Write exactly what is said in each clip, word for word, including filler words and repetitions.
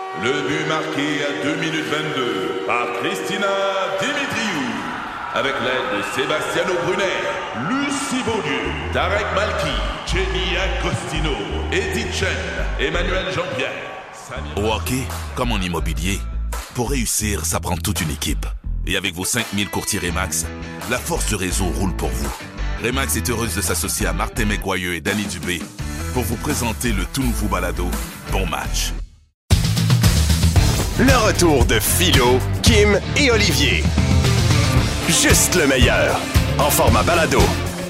Le but marqué à deux minutes vingt-deux par Christina Dimitriou. Avec l'aide de Sebastiano Brunet, Lucie Beaulieu, Tarek Malki, Jenny Agostino, Edith Chen, Emmanuel Jean-Pierre. Samir... Au hockey, comme en immobilier, pour réussir, ça prend toute une équipe. Et avec vos cinq mille courtiers Remax, la force du réseau roule pour vous. Remax est heureuse de s'associer à Martin McGuire et Danny Dubé pour vous présenter le tout nouveau balado Bon Match. Le retour de Philo, Kim et Olivier. Juste le meilleur, en format balado.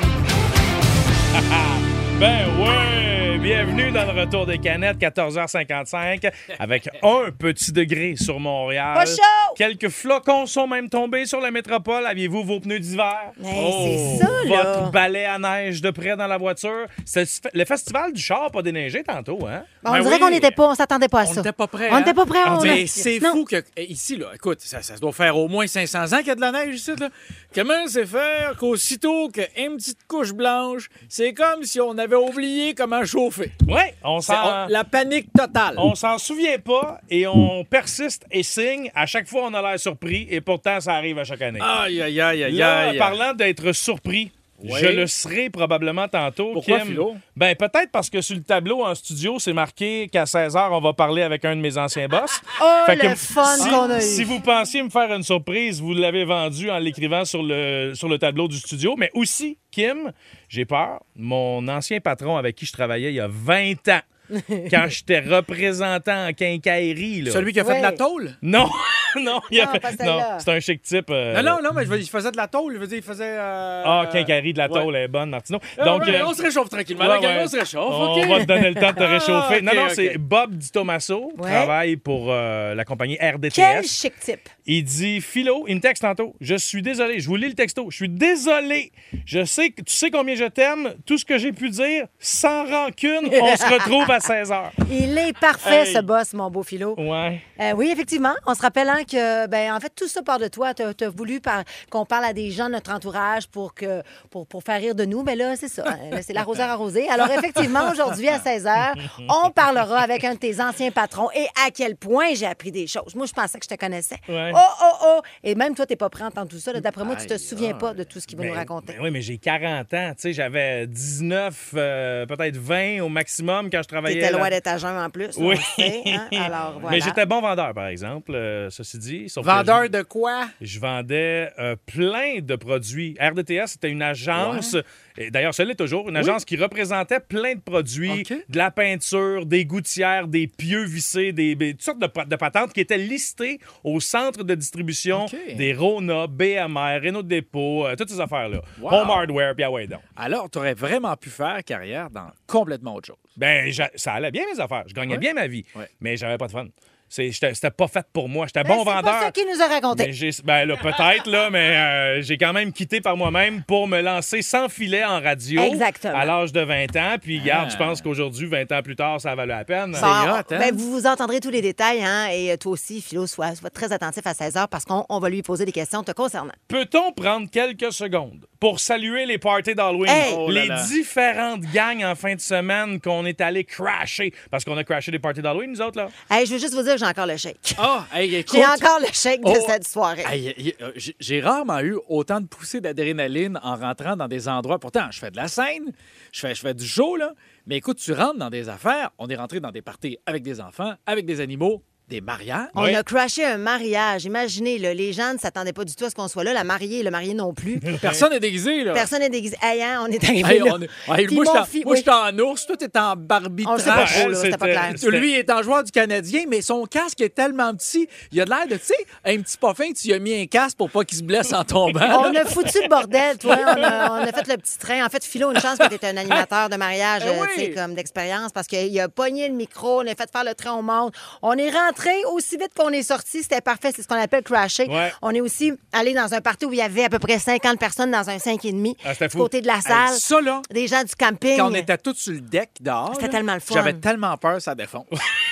Ben ouais! Bienvenue dans le retour des canettes, quatorze heures cinquante-cinq, avec un petit degré sur Montréal. Pas chaud! Quelques flocons sont même tombés sur la métropole. Aviez-vous vos pneus d'hiver? Hey, c'est ça, là! Votre balai à neige de près dans la voiture. C'est le festival du char pas déneigé tantôt, hein? On Ben dirait oui. qu'on n'était pas, on s'attendait pas à On ça. n'était pas prêts. On n'était hein? pas prêts. Ah, on mais a- c'est Non. fou que eh, ici, là, écoute, ça, ça doit faire au moins cinq cents ans qu'il y a de la neige ici. Là. Comment c'est faire qu'aussitôt qu'une petite couche blanche, c'est comme si on avait oublié comment chauffer. Ouais, on C'est- s'en... on- la panique totale. On s'en souvient pas et on persiste et signe. À chaque fois, on a l'air surpris et pourtant, ça arrive à chaque année. Aïe, aïe, aïe, aïe, Là, aïe. parlant d'être surpris, Oui. je le serai probablement tantôt. Pourquoi, Kim? Philo? Ben, peut-être parce que sur le tableau en studio, c'est marqué qu'à seize heures, on va parler avec un de mes anciens boss. Oh, Fait que le fun si, qu'on a eu. si vous pensiez me faire une surprise, vous l'avez vendu en l'écrivant sur le, sur le tableau du studio. Mais aussi, Kim, j'ai peur, mon ancien patron avec qui je travaillais il y a vingt ans, quand j'étais représentant en quincaillerie. Là. Celui qui a fait Ouais. de la tôle? Non, non, il a Non, fait- pas celle-là. non, c'est un chic type. euh, Non, non, non, mais je veux dire, il faisait de la tôle. Je veux dire, il faisait. euh, Ah, quincaillerie de la ouais. tôle elle est bonne, Martineau. Ah, Donc, ouais, euh, on se réchauffe tranquillement. ouais, la gang, ouais. On se réchauffe. on OK. va te donner le temps de te Ah, réchauffer. ok, non, non, ok. c'est Bob Di Tommaso, Ouais. travaille pour euh, la compagnie R D T Quel S. chic type. Il dit, Philo, il me texte tantôt, je suis désolé, je vous lis le texto, je suis désolé, je sais que tu sais combien je t'aime, tout ce que j'ai pu dire, sans rancune, on se retrouve à seize heures. Il est parfait, Hey. ce boss, mon beau Philo. Ouais. Euh, oui, effectivement. On se rappelle hein, que, ben, en fait, tout ça part de toi. Tu as voulu par- qu'on parle à des gens de notre entourage pour, que, pour, pour faire rire de nous. Mais là, c'est ça. hein, là, c'est l'arroseur arrosé. Alors, effectivement, aujourd'hui, à seize heures, on parlera avec un de tes anciens patrons et à quel point j'ai appris des choses. Moi, je pensais que je te connaissais. Ouais. Oh, oh, oh! Et même toi, tu n'es pas prêt à entendre tout ça. là. D'après moi, tu te Aïe, souviens aïe. pas de tout ce qu'il va Ben- nous raconter. ben oui, mais j'ai quarante ans, tu sais, j'avais dix-neuf, euh, peut-être vingt au maximum quand je travaillais. T'étais là- loin d'être à jeun en plus. Oui. on le sait, hein. Alors, voilà. Mais j'étais bon vendeur, par exemple, euh, ceci dit. sauf que Vendeur de quoi? Je vendais euh, plein de produits. R D T S, c'était une agence, et d'ailleurs, ce l'est toujours, une agence qui représentait plein de produits, OK. de la peinture, des gouttières, des pieux vissés, des, des- toutes sortes de, pa- de patentes qui étaient listées au centre de distribution OK. des Rona, B M R, Renault Dépôt, euh, toutes ces affaires-là. Wow. Home Hardware, puis ah ouais donc. Alors, tu aurais vraiment pu faire carrière dans complètement autre chose. Ben, j'a- ça allait bien mes affaires. Je gagnais Ouais. bien ma vie, Ouais. mais j'avais pas de fun. C'est- j'étais- C'était pas fait pour moi. J'étais Ben, bon c'est vendeur. pas ça qu'il nous a raconté. Mais j'ai- ben là, peut-être, là, mais euh, j'ai quand même quitté par moi-même pour me lancer sans filet en radio. Exactement. À l'âge de vingt ans. Puis, regarde, Ah. je pense qu'aujourd'hui, vingt ans plus tard, ça a valu la peine. Bon, hot, hein? ben, vous vous entendrez tous les détails, hein, et toi aussi, Philo, sois, sois très attentif à seize heures parce qu'on on va lui poser des questions te concernant. Peut-on prendre quelques secondes pour saluer les parties d'Halloween? Hey! Oh là les là. différentes gangs en fin de semaine qu'on est allé crasher. Parce qu'on a crashé des parties d'Halloween, nous autres, là. Hey, je veux juste vous dire que j'ai encore le shake. Ah, hey, écoute. J'ai encore le shake de Oh. cette soirée. Hey, y- euh, j'ai- j'ai rarement eu autant de poussées d'adrénaline en rentrant dans des endroits. Pourtant, je fais de la scène, je fais, je fais du show, là. Mais écoute, tu rentres dans des affaires. On est rentré dans des parties avec des enfants, avec des animaux, des mariages. On Ouais. a crashé un mariage. Imaginez, là, les gens ne s'attendaient pas du tout à ce qu'on soit là. La mariée et le marié non plus. Personne n'est déguisé, là. Personne n'est déguisé. Hey, hein, on est arrivé Hey, là. on est- hey, Puis moi, mon j'étais en- fi- moi, oui. j'étais en ours, toi, t'es en Barbie On le sait pas trash. trop, là, c'était pas C'était- clair. c'était- Lui, il est en joueur du Canadien, mais son casque est tellement petit. Il a de l'air de, tu sais, un petit parfum, tu lui as mis un casque pour pas qu'il se blesse en tombant. On a foutu le bordel, toi. On a, on a fait le petit train. En fait, Philo, une chance que tu étais un animateur de mariage, Eh euh, oui. tu sais, comme d'expérience, parce qu'il a pogné le micro, on a fait faire le train au monde. On est rentré aussi vite qu'on est sorti. C'était parfait. C'est ce qu'on appelle crasher. Ouais. On est aussi allé dans un party où il y avait à peu près cinquante personnes dans un cinq et demi. Ah, c'était du fou. côté de la salle. Hey, ça, là, des gens du camping. quand on était tous sur le deck dehors, C'était là, tellement le fun. J'avais tellement peur, ça défonce.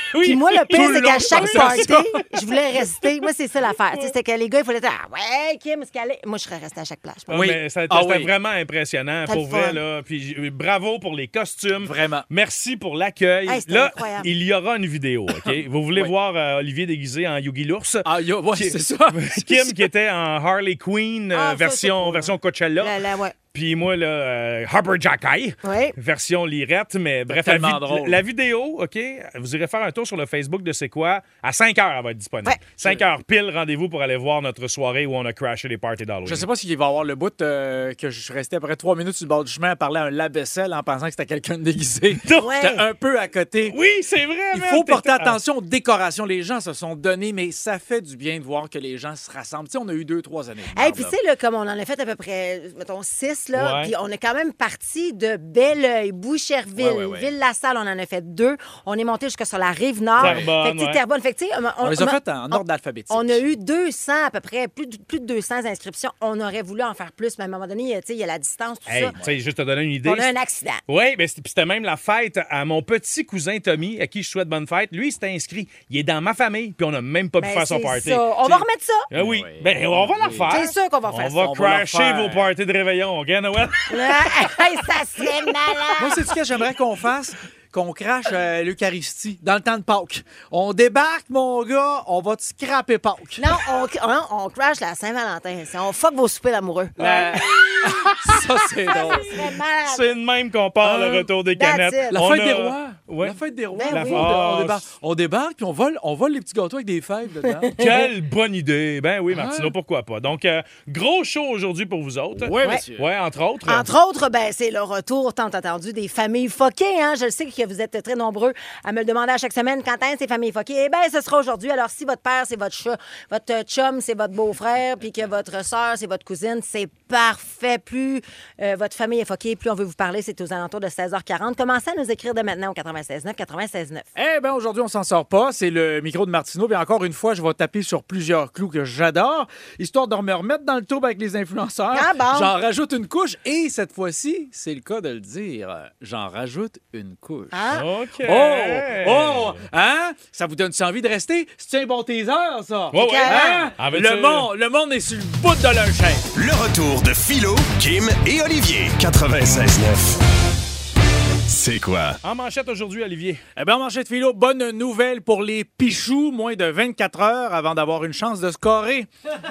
Oui, Puis moi, le pire, tout le c'est long, qu'à je chaque pensais à ça. party, je voulais rester. Moi, c'est ça l'affaire. Tu sais, C'était que les gars, il fallait dire « Ah ouais, Kim, est-ce qu'elle est? » Moi, je serais restée à chaque plage. Ah, Oui. mais ça- Ah c'était oui. vraiment impressionnant, C'était pour le vrai. fun. Là. Puis, euh, bravo pour les costumes. Vraiment. Merci pour l'accueil. Hey, c'était là, incroyable. il y aura une vidéo, OK? Vous voulez Oui. voir euh, Olivier déguisé en Yogi l'ours? Ah, yo, ouais, Qui- c'est ça. Kim qui était en Harley Quinn, euh, Ah, ça, c'est version, cool. version Coachella. Là, là, ouais. Puis moi, là, euh, Harper Jackay, Oui. version lirette. Mais bref, la, tellement vid- drôle. la vidéo, OK, vous irez faire un tour sur le Facebook de C'est quoi. À cinq heures, elle va être disponible. Ouais. cinq heures pile, rendez-vous pour aller voir notre soirée où on a crashé les parties d'Halloween. Je sais pas s'il va y avoir le bout euh, que je suis resté après trois minutes sur le bord du chemin à parler à un lave-vaisselle en pensant que c'était quelqu'un de déguisé. Ouais. J'étais un peu à côté. Oui, c'est vrai, Il man, faut t'es- porter ah. attention aux décorations. Les gens se sont donnés, mais ça fait du bien de voir que les gens se rassemblent. Tu sais, on a eu deux, trois années. de Hey, merde, puis là. tu sais, là, comme on en a fait à peu près, mettons, six, là, Ouais. puis on est quand même parti de Belleuil, Boucherville, Ouais, ouais, ouais. Ville-la-Salle, on en a fait deux. On est monté jusque sur la Rive-Nord. Terrebonne, Fait que, tu sais, ouais. Terrebonne. Fait que, tu sais, on, On les a on- faites en on- ordre alphabétique. On a eu deux cents à peu près, plus de, plus de deux cents inscriptions. On aurait voulu en faire plus, mais à un moment donné, tu sais, il y a la distance, tout Hey, ça. tu sais, juste te donner une idée. On a un accident. Oui, mais c'était puis c'était même la fête à mon petit cousin Tommy, à qui je souhaite bonne fête. Lui, il s'était inscrit. Il est dans ma famille, puis on n'a même pas pu Ben, faire son c'est party. ça. On C'est- va remettre ça. Ah oui. Oui. Ben, on va la Oui. faire. C'est sûr qu'on va faire on ça. Va On va la crasher faire. vos parties de réveillon, OK, Noël? Hey, ça serait malade. Moi, c'est ce que j'aimerais qu'on fasse, qu'on crache euh, l'Eucharistie dans le temps de Pâques. On débarque, mon gars, on va te scraper Pâques. Non, on, on, on crash la Saint-Valentin. C'est- On fuck vos soupers d'amoureux. La- Ça, c'est drôle. Ça serait malade. C'est de même qu'on part Ah, le retour des that's canettes. it. La On fête a- des rois. Ouais. La fête des rois. Ben La oui. fête de- on, Ah, débarque, on débarque, puis on vole, on vole les petits gâteaux avec des fèves dedans. Quelle bonne idée. Ben oui, Martino, Ah. pourquoi pas. Donc, euh, gros show aujourd'hui pour vous autres. Oui, Ouais. monsieur. Ouais, entre autres. Entre autres, ben, c'est le retour tant attendu des familles foquées. Hein? Je le sais que vous êtes très nombreux à me le demander à chaque semaine quand est-ce ces familles foquées. Eh bien, ce sera aujourd'hui. Alors, si votre père, c'est votre chat, votre chum, c'est votre beau-frère, puis que votre soeur, c'est votre cousine, c'est parfait. Plus euh, votre famille est foquée, plus on veut vous parler. C'est aux alentours de seize heures quarante. Commencez à nous écrire dès maintenant au quatre-vingt-seize neuf quatre-vingt-seize neuf. Eh bien, aujourd'hui, on s'en sort pas. C'est le micro de Martineau. Puis encore une fois, je vais taper sur plusieurs clous que j'adore, histoire de me remettre dans le tour avec les influenceurs. Ah bon? J'en rajoute une couche. Et cette fois-ci, c'est le cas de le dire, j'en rajoute une couche. Hein? OK. Oh! Oh! Hein? Ça vous donne envie de rester? C'est un bon teaser, ça? Ouais, ouais. Hein? En veux-tu- Le monde, le monde est sur le bout de leur chaîne. Le retour de Philo, Kim et Olivier. quatre-vingt-seize neuf. C'est quoi? En manchette aujourd'hui, Olivier. Eh bien, en manchette philo, bonne nouvelle pour les Pichous, moins de vingt-quatre heures avant d'avoir une chance de scorer.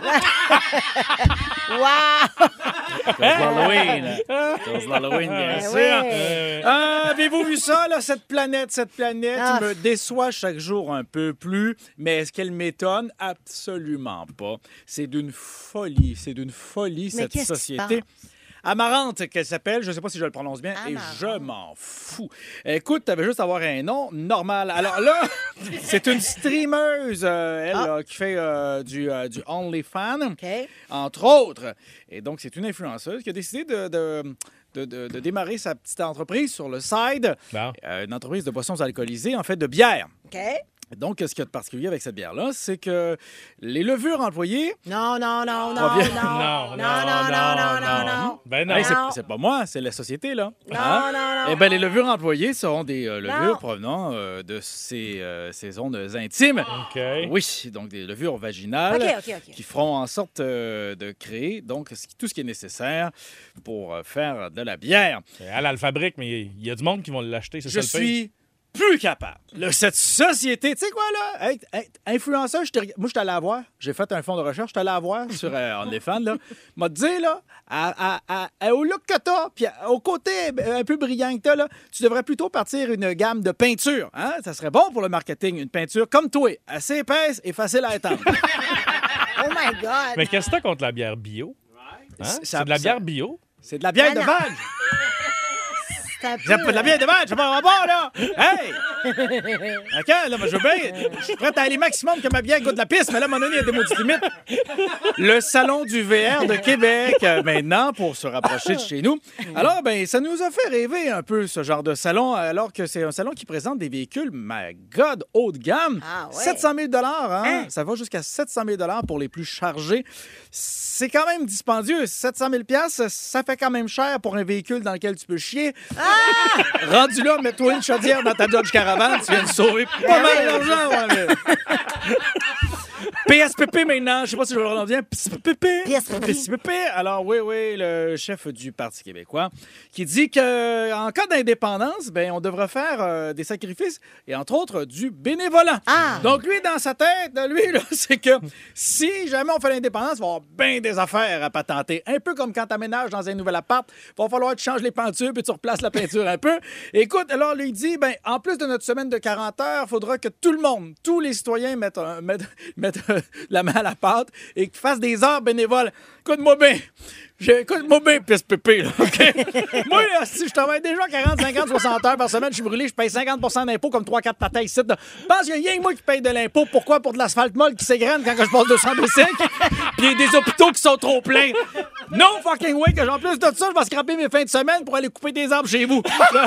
Wow! C'est l'Halloween. C'est l'Halloween, bien Eh sûr. oui. Ah, avez-vous vu ça, là, cette planète? Cette planète Ah. me déçoit chaque jour un peu plus, mais est-ce qu'elle m'étonne? Absolument pas. C'est d'une folie, c'est d'une folie, Mais cette qu'est-ce qui se société. Amarante, qu'elle s'appelle. Je ne sais pas si je le prononce bien. Amarante. Et je m'en fous. Écoute, tu avais juste à avoir un nom normal. Alors là, c'est une streameuse, euh, elle, Ah. là, qui fait euh, du, euh, du OnlyFans, OK. entre autres. Et donc, c'est une influenceuse qui a décidé de... de de, de- de démarrer sa petite entreprise sur le side, Bon. euh, une entreprise de boissons alcoolisées, en fait, de bière. OK. Donc, ce qu'il y a de particulier avec cette bière-là, c'est que les levures employées... Non, non, non, non, On non, vient- non, Non, non, non, non, non, non, non. Ben non. Hey, c'est, Non. c'est pas moi, c'est la société, là. Non, non, non. Eh bien, les levures employées seront des euh, levures Non. provenant euh, de ces, euh, ces zones intimes. OK. Oui, donc des levures vaginales OK, OK, OK. qui feront en sorte euh, de créer donc ce qui- tout ce qui est nécessaire pour euh, faire de la bière. Elle a le fabrique, mais il y a du monde qui vont l'acheter, c'est Je ça le pire. suis plus capable. Là, cette société, tu sais quoi, là? Être, être influenceur, je t'ai- moi, je suis allé la voir. J'ai fait un fonds de recherche, je suis allé la voir sur euh, OnlyFans, là. M'a dit, là, à, à- à- au look que t'as, puis à- au côté un peu brillant que t'as, là, tu devrais plutôt partir une gamme de peinture. Hein? Ça serait bon pour le marketing, une peinture comme toi, assez épaisse et facile à étendre. Oh my God! Mais qu'est-ce que t'as contre la bière bio? Hein? Ça- C'est de la ça- bière bio? C'est de la bière Ben de non. vague. C'est un C'est pas peu... de la bière de vache, c'est pas un rapport, là! Hey! OK, là, moi, je veux bien. Je suis prêt à aller maximum que ma bière goûte la piste, mais là, à un moment donné, il y a des maudites limites. Le Salon du V R de Québec, euh, maintenant, pour se rapprocher de chez nous. Alors, ben, ça nous a fait rêver un peu, ce genre de salon, alors que c'est un salon qui présente des véhicules, my God, haut de gamme. Ah ouais. sept cent mille hein? Hein? Ça va jusqu'à sept cent mille pour les plus chargés. C'est quand même dispendieux. sept cent mille ça fait quand même cher pour un véhicule dans lequel tu peux chier. Rendu là, mets-toi une chaudière dans ta Dodge Caravan. caravane, tu viens de sauver pas mal d'argent, mon ami. P S P P maintenant, je sais pas si je vais le rendre bien. P S P P. P S P P. P S P P. Alors oui, oui, le chef du Parti québécois qui dit qu'en cas d'indépendance, ben on devra faire euh, des sacrifices et entre autres du bénévolat. Ah. Donc lui, dans sa tête, lui, là, c'est que si jamais on fait l'indépendance, il va y avoir bien des affaires à patenter. Un peu comme quand tu aménages dans un nouvel appart, il va falloir que tu changes les pentures puis tu replaces la peinture un peu. Écoute, alors lui, il dit, ben en plus de notre semaine de quarante heures, il faudra que tout le monde, tous les citoyens mettent, un, mettent, mettent la main à la pâte et qu'ils fassent des heures bénévoles. Écoute-moi bien. Écoute-moi bien, P S P P, là, OK? Moi, là, si je travaille déjà quarante, cinquante, soixante heures par semaine, je suis brûlé, je paye cinquante pour cent d'impôts comme trois quatre patins ici. Je pense qu'il y a rien que moi qui paye de l'impôt. Pourquoi? Pour de l'asphalte molle qui s'égrène quand je passe deux cents cinq puis des hôpitaux qui sont trop pleins. No fucking way que, en plus de ça, je vais scraper mes fins de semaine pour aller couper des arbres chez vous.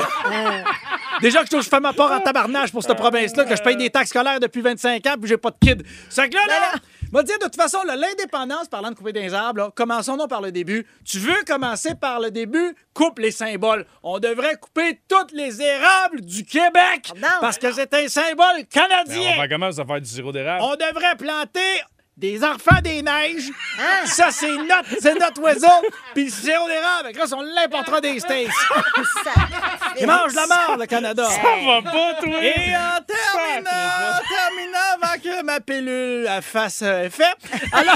Déjà que je fais ma part en tabarnage pour cette province-là, que je paye des taxes scolaires depuis vingt-cinq ans puis j'ai pas de kid. C'est que là, là, je vais te dire, de toute façon, là, l'indépendance, parlant de couper des arbres, là, commençons-nous par le début. Tu veux commencer par le début? Coupe les symboles. On devrait couper toutes les érables du Québec non, parce que c'est un symbole canadien. Ben, on va commencer à faire du sirop d'érable. On devrait planter des enfants des neiges. Hein? Ça, c'est notre, c'est notre oiseau. Puis le sirop d'érable, là, on l'importera des States. Il mange la mort, le Canada. Ça va pas, toi! Et en terminant, en terminant, avant que ma pilule elle fasse euh, effet, alors...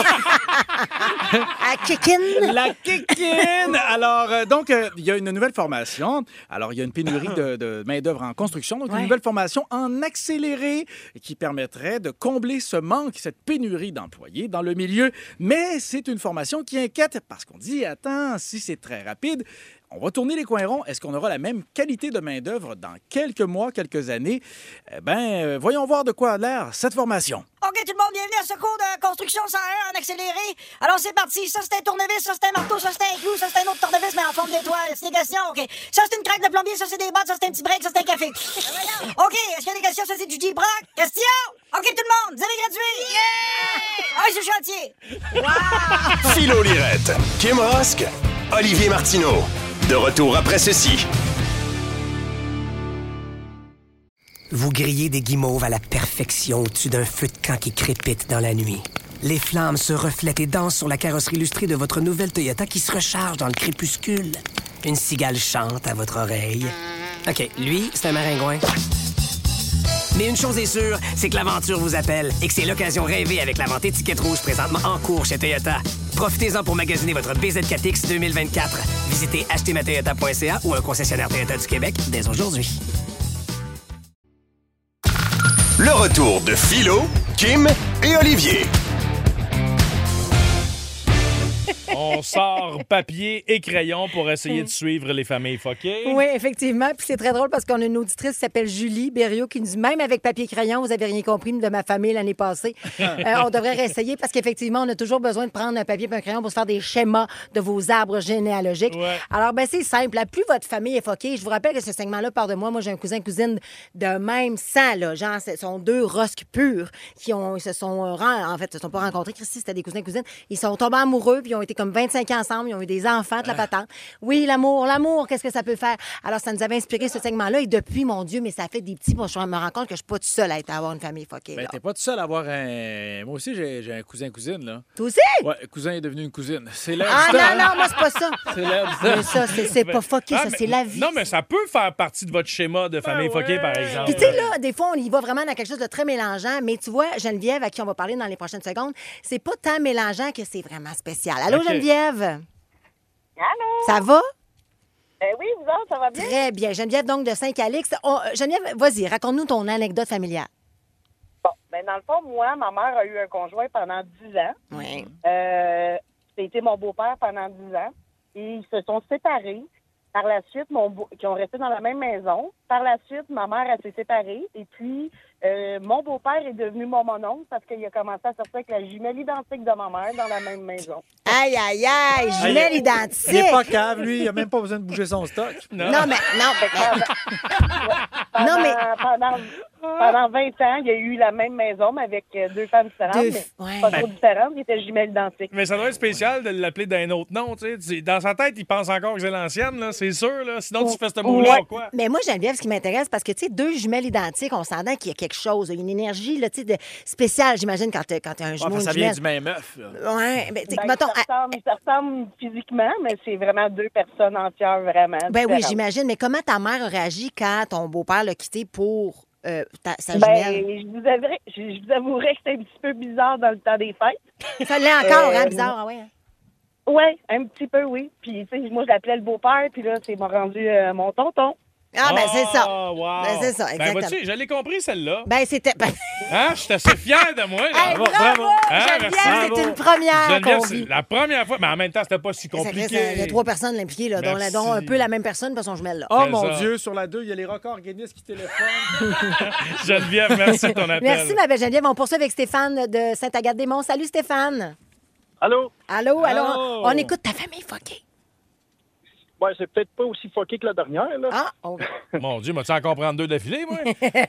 À Kikin. La kikine! Alors, euh, donc, euh, il y a une nouvelle formation. Alors, il y a une pénurie de, de main-d'œuvre en construction. Donc, Ouais. une nouvelle formation en accéléré qui permettrait de combler ce manque, cette pénurie d'employés dans le milieu. Mais c'est une formation qui inquiète parce qu'on dit, attends, si c'est très rapide, on va tourner les coins ronds. Est-ce qu'on aura la même qualité de main-d'œuvre dans quelques mois, quelques années? Eh bien, euh, voyons voir de quoi a l'air cette formation. OK, tout le monde, bienvenue à ce cours de construction cent un en accéléré. Alors, c'est parti. Ça, c'est un tournevis, ça, c'est un marteau, ça, c'est un clou, ça, c'est un autre tournevis, mais en forme d'étoile. C'est des questions, OK. Ça, c'est une craque de plombier, ça, c'est des bottes, ça, c'est un petit break, ça, c'est un café. OK, est-ce qu'il y a des questions? Ça, c'est du J-Brock. Question? OK, tout le monde, vous avez gradué. Yeah! Ah, c'est chantier. Philo Lirette, Kim Rosk, Olivier Martineau. De retour après ceci. Vous grillez des guimauves à la perfection au-dessus d'un feu de camp qui crépite dans la nuit. Les flammes se reflètent et dansent sur la carrosserie illustrée de votre nouvelle Toyota qui se recharge dans le crépuscule. Une cigale chante à votre oreille. OK, lui, c'est un maringouin. Mais une chose est sûre, c'est que l'aventure vous appelle et que c'est l'occasion rêvée avec la vente étiquette rouge présentement en cours chez Toyota. Profitez-en pour magasiner votre B Z quatre X deux mille vingt-quatre. Visitez acheter ma toyota point c a ou un concessionnaire Toyota du Québec dès aujourd'hui. Le retour de Philo, Kim et Olivier. On sort papier et crayon pour essayer de suivre les familles fuckées. Oui, effectivement. Puis c'est très drôle parce qu'on a une auditrice qui s'appelle Julie Berriot qui nous dit même avec papier crayon, vous avez rien compris de ma famille l'année passée. Euh, on devrait réessayer parce qu'effectivement, on a toujours besoin de prendre un papier et un crayon pour se faire des schémas de vos arbres généalogiques. Ouais. Alors, ben c'est simple. Plus votre famille est fuckée, je vous rappelle que ce segment-là part de moi. Moi, j'ai un cousin-cousine de même sang, là. Genre, ce sont deux rosques purs qui ont, ils se sont, en fait, se sont pas rencontrés. Christy, c'était des cousins-cousines. Ils sont tombés amoureux puis ils ont été comme vingt-cinq ans ensemble. Ils ont eu des enfants de la patente. Oui, l'amour, l'amour, qu'est-ce que ça peut faire? Alors, ça nous avait inspiré ce segment-là. Et depuis, mon Dieu, mais ça fait des petits. Bon, je me rends compte que je suis pas toute seule à, être, à avoir une famille fuckée. Ben, là. t'es pas tout seul à avoir un... Moi aussi, j'ai, j'ai un cousin-cousine, là. Toi aussi? Ouais, cousin est devenu une cousine. C'est l'air Ah du temps, non, hein? non, moi, c'est pas ça. C'est l'air du Mais temps. ça, c'est, c'est pas fucké, Ah, ça, mais- c'est la vie. Non, mais ça peut faire partie de votre schéma de famille Ben fuckée, ouais. par exemple. Puis, tu sais, là, des fois, on y va vraiment dans quelque chose de très mélangeant. Mais tu vois, Geneviève, à qui on va parler dans les prochaines secondes, c'est pas tant mélangeant que c'est vraiment spécial. Allô, OK. Geneviève? Allô? Ça va? Ben oui, vous autres, ça va bien? Très bien. Geneviève, donc, de Saint-Calix. On- Geneviève, vas-y, raconte-nous ton anecdote familiale. Bon, ben dans le fond, moi, ma mère a eu un conjoint pendant dix ans. Oui. Euh, c'était mon beau-père pendant dix ans. Et ils se sont séparés. Par la suite, mon beau... qui ont resté dans la même maison. Par la suite, ma mère, elle s'est séparée. Et puis, euh, mon beau-père est devenu mon mononcle parce qu'il a commencé à sortir avec la jumelle identique de ma mère dans la même maison. Aïe, aïe, aïe, jumelle Il est identique. pas cave, lui. Il a même pas besoin de bouger son stock. Non. Non, mais, non, Fait que mais- pendant- Non, mais- pendant- pendant vingt ans, il y a eu la même maison, mais avec euh, deux femmes différentes. Deux mais f- ouais. Pas trop différentes, ils étaient jumelles identiques. Mais ça doit être spécial de l'appeler d'un autre nom, tu sais. C'est- Dans sa tête, il pense encore que c'est l'ancienne, là, c'est sûr, là. Sinon, tu fais ce mot-là, Ouais. quoi. Mais moi, Geneviève, ce qui m'intéresse, parce que, tu sais, deux jumelles identiques, on s'entend qu'il y a quelque chose, une énergie, là, tu sais, de- spéciale, j'imagine, quand tu as un Ouais, jumeau, parce que ça une vient jumelle. du même œuf. là. Ouais, ben, tu sais, Ben, mettons, ils, se ressemblent, ils se ressemblent physiquement, mais c'est vraiment deux personnes entières, vraiment. ben oui, différentes. j'imagine, mais comment ta mère a réagi quand ton beau-père l'a quitté pour euh, ta, sa Ben, jumelle? je vous, avouerais, je, je vous avouerais que c'était un petit peu bizarre dans le temps des fêtes. Ça l'est encore, euh, hein, bizarre, ah ouais. hein? Oui, un petit peu, oui. Puis, tu sais, moi, je l'appelais le beau-père, puis là, c'est m'a rendu euh, mon tonton. Ah, ben c'est ça. Ah, wow. Ben, c'est ça, Ben, exactement. vois-tu, je l'ai compris, celle-là. Ben, c'était... Ben... Hein? Je suis assez fier de moi. là. Hey, bravo! Hein, Geneviève, merci. c'est une première Geneviève, qu'on c'est vit. la première fois, mais en même temps, c'était pas si Ça fait- compliqué. ça- Il y a trois personnes impliquées, là, dont, la- Merci. dont un peu la même personne, pas son jumelle, là. Oh C'est mon ça. Dieu, sur la deux, il y a les records Guinness qui téléphonent. Geneviève, merci de ton appel. Merci, ma belle Geneviève. On poursuit avec Stéphane de Saint-Agathe-des-Monts. Salut, Stéphane. Allô? Allô, allô. Allô. On écoute ta famille fuckée. Ouais, c'est peut-être pas aussi fucké que la dernière, là. Ah, oh. Mon Dieu, m'as-tu en comprendre deux d'affilée, moi?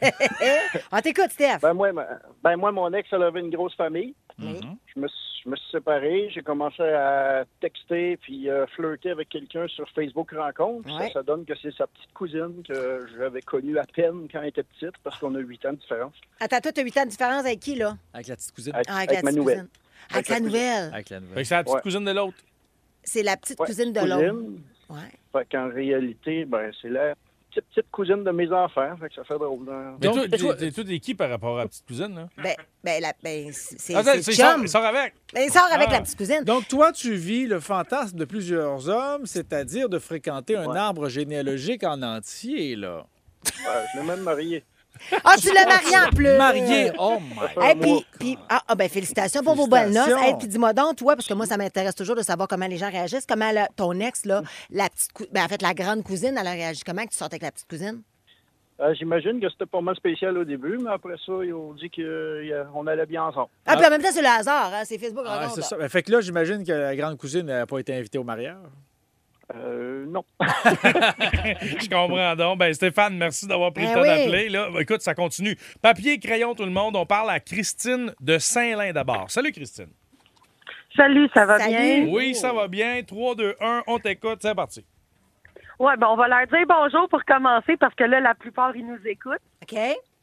On t'écoute, Steph. Ben moi, ma- ben moi, mon ex, elle avait une grosse famille. Oui. Je me, suis- je me suis séparé. J'ai commencé à texter puis euh, flirter avec quelqu'un sur Facebook Rencontre. Ouais. Ça, ça donne que c'est sa petite cousine que j'avais connue à peine quand elle était petite parce qu'on a huit ans de différence. Attends, toi, t'as huit ans de différence avec qui, là? Avec la petite cousine. Avec, Ah, avec la ma petite nouvelle. cousine. Avec Avec la la nouvelle. Avec la Fait nouvelle. que c'est la petite Ouais. cousine de l'autre. C'est la petite Ouais, cousine de cousine. l'autre. Ouais. Fait qu'en réalité, ben, c'est la petite, petite cousine de mes enfants. Fait que ça fait drôle. hein. Mais Donc, toi, toi- t'es- t'es tout qui par rapport à la petite cousine, là? Ben, ben, la, ben c'est c'est Ah, c'est c'est chum. il sort avec. Ben, il sort avec Ah. la petite cousine. Donc, toi, tu vis le fantasme de plusieurs hommes, c'est-à-dire de fréquenter un Ouais. arbre généalogique en entier, là. Ouais, je l'ai même marié. Ah, tu l'as marié en plus. Marié, oh my Un Hey, mois. puis, puis- ah, ah, ben félicitations pour vos bonnes noces. Félicitations. Hey, puis dis-moi donc, toi, parce que moi, ça m'intéresse toujours de savoir comment les gens réagissent. Comment la- ton ex, là, la petite cou- ben, en fait, la grande cousine, elle a réagi comment que tu sortes avec la petite cousine? Euh, J'imagine que c'était pas mal spécial au début, mais après ça, ils ont dit qu'on allait bien ensemble. Ah, puis en même temps, c'est le hasard, hein? C'est Facebook Ah, rencontre, c'est là. ça. Ben, fait que là, j'imagine que la grande cousine n'a pas été invitée au mariage. Euh, non. Je comprends donc. Ben, Stéphane, merci d'avoir pris Ben le temps oui. d'appeler. Là. Ben, écoute, ça continue. Papier, crayon, tout le monde. On parle à Christine de Saint-Lin d'abord. Salut, Christine. Salut, ça va Salut. bien? Oui, ça va bien. trois, deux, un, on t'écoute. C'est parti. Ouais, ben on va leur dire bonjour pour commencer parce que là, la plupart, ils nous écoutent. OK?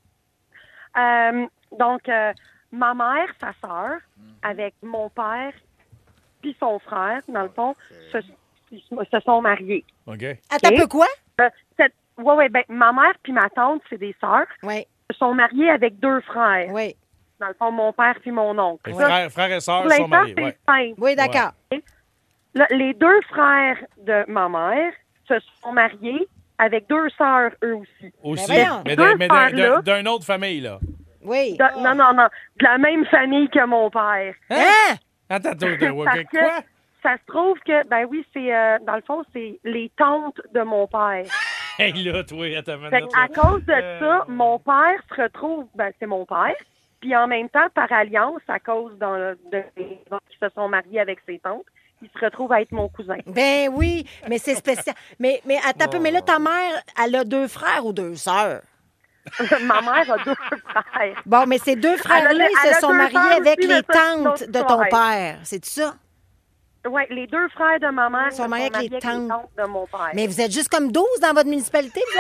Euh, donc, euh, ma mère, sa sœur, avec mon père puis son frère, dans le fond, se, ils se sont mariés. OK. Attends un peu quoi? Euh, cette- ouais, ouais, ben, ma mère puis ma tante, c'est des sœurs, Oui, se sont mariés avec deux frères. oui. Dans le fond, mon père puis mon oncle. Fait que Ça, frères, frères et sœurs pour sont l'instant, mariés. c'est Ouais. simple. Oui, d'accord. Là, les deux frères de ma mère se sont mariés avec deux sœurs, eux aussi. Aussi. Ben voyons. mais Deux d'un- mais d'un- frères-là. d'un- d'une autre famille, là. Oui. De- non, non, non. De la même famille que mon père. Hein? Attends, attends, attends, Parce OK. que Quoi? ça se trouve que, ben oui, c'est, euh, dans le fond, c'est les tantes de mon père. Hey, là, toi, attends une Fait minute, à là. cause de Euh, ça, mon père se retrouve, ben c'est mon père, puis en même temps, par alliance, à cause dans le- de les gens qui se sont mariés avec ses tantes, il se retrouve à être mon cousin. Ben oui, mais c'est spécial. Mais, mais attends un peu, mais là, ta mère, elle a deux frères ou deux sœurs? Ma mère a deux frères. Bon, mais ces deux frères-là, Elle a- ils elle se a sont deux mariés sœurs avec aussi, mais les ça, c'est une tantes autre de ton histoire. père. C'est ça? Oui, les deux frères de ma mère Ils sont mariés avec les tantes. de mon père. Mais vous êtes juste comme douze dans votre municipalité, vous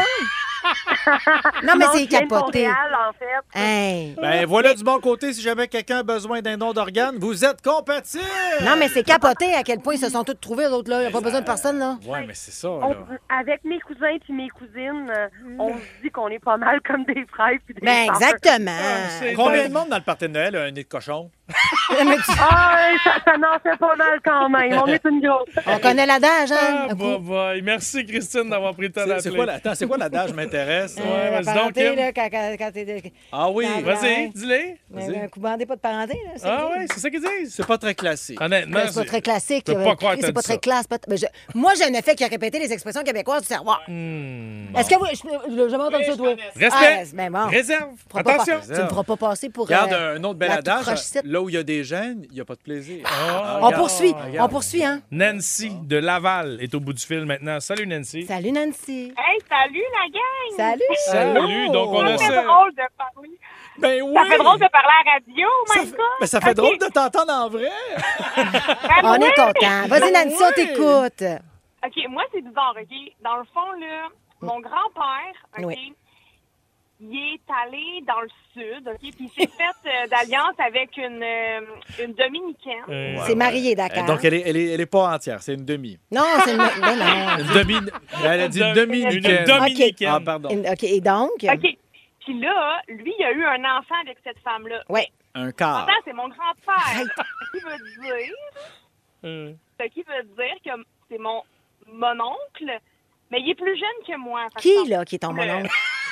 autres? Non, mais c'est je viens de capoté. Montréal, en fait. Hey. Ben voilà du bon côté, si jamais quelqu'un a besoin d'un don d'organe, vous êtes compatibles! Non, mais c'est capoté à quel point ils se sont tous trouvés, l'autre là. Il n'y a pas besoin de personne, là. Ouais, mais c'est ça, On- là. avec mes cousins et mes cousines, euh, on se dit qu'on est pas mal comme des frères puis des Ben, sœurs. exactement. Combien de monde dans le party de Noël a un nez de cochon? Mais tu- Ah, ouais, ça, ça n'en fait pas mal quand même. On est une grosse. On connaît l'adage, hein? Ah, Un coup. bye bye. Merci, Christine, d'avoir pris le temps C'est- d'appeler. C'est quoi, la- attends, c'est quoi l'adage, je m'intéresse? Euh, Ouais, la vas-y donc, parenté, Kim. là, quand, quand, quand t'es... Ah oui, Dans- Vas-y, Ouais. dis-le. Mais un coup bandé, pas de parenté, là. c'est Ah vrai. ouais, c'est ça qu'ils disent. c'est pas très classique. Honnêtement, Ben, c'est pas très classique. Je peux euh, pas croire que c'est t'as pas dit très ça. classe. pas- ben, je- Moi, j'ai un effet qui a répété les expressions québécoises du terroir. Hmm. Est-ce que vous... Je, je, je m'entends ça, toi. Respect. Ah, ben bon. Réserve. Tu feras pas Attention. pa- Tu ne me feras pas passer pour... Regarde euh, un autre bel la adage, tout croche-cite. là où il y a des gènes, il n'y a pas de plaisir. Ah, On regarde. poursuit, Regarde. on poursuit, hein? Nancy de Laval est au bout du fil maintenant. Salut, Nancy. Salut, Nancy. Hey, salut la gang! Salut. Salut. Donc, on a Ça fait ça. drôle de parler. Ben oui! Ça fait drôle de parler à la radio, Ça my fait, God! ben, ça fait Ok. drôle de t'entendre en vrai. Ben On oui. est content. Vas-y, Nancy, on t'écoute. OK, moi, c'est bizarre, OK? Dans le fond, là, mon grand-père, OK, Oui. il est allé dans le sud, OK, puis il s'est fait euh, d'alliance avec une, euh, une dominicaine. Euh, C'est marié, d'accord. Donc, elle est, elle, est, elle est pas entière, c'est une demi. Non, c'est une... Mais non. Une demi. Elle a dit une demi. Une Nickel. dominicaine. Ah, pardon. Une- OK, et donc? OK. Puis là, lui, il a eu un enfant avec cette femme-là. Oui. Un quart. Pourtant, c'est mon grand-père. Arrête. Ce qui veut dire, Euh, ce qui veut dire que c'est mon, mon oncle, mais il est plus jeune que moi. Fait que Qui, dans- là, qui est ton Le- mononcle?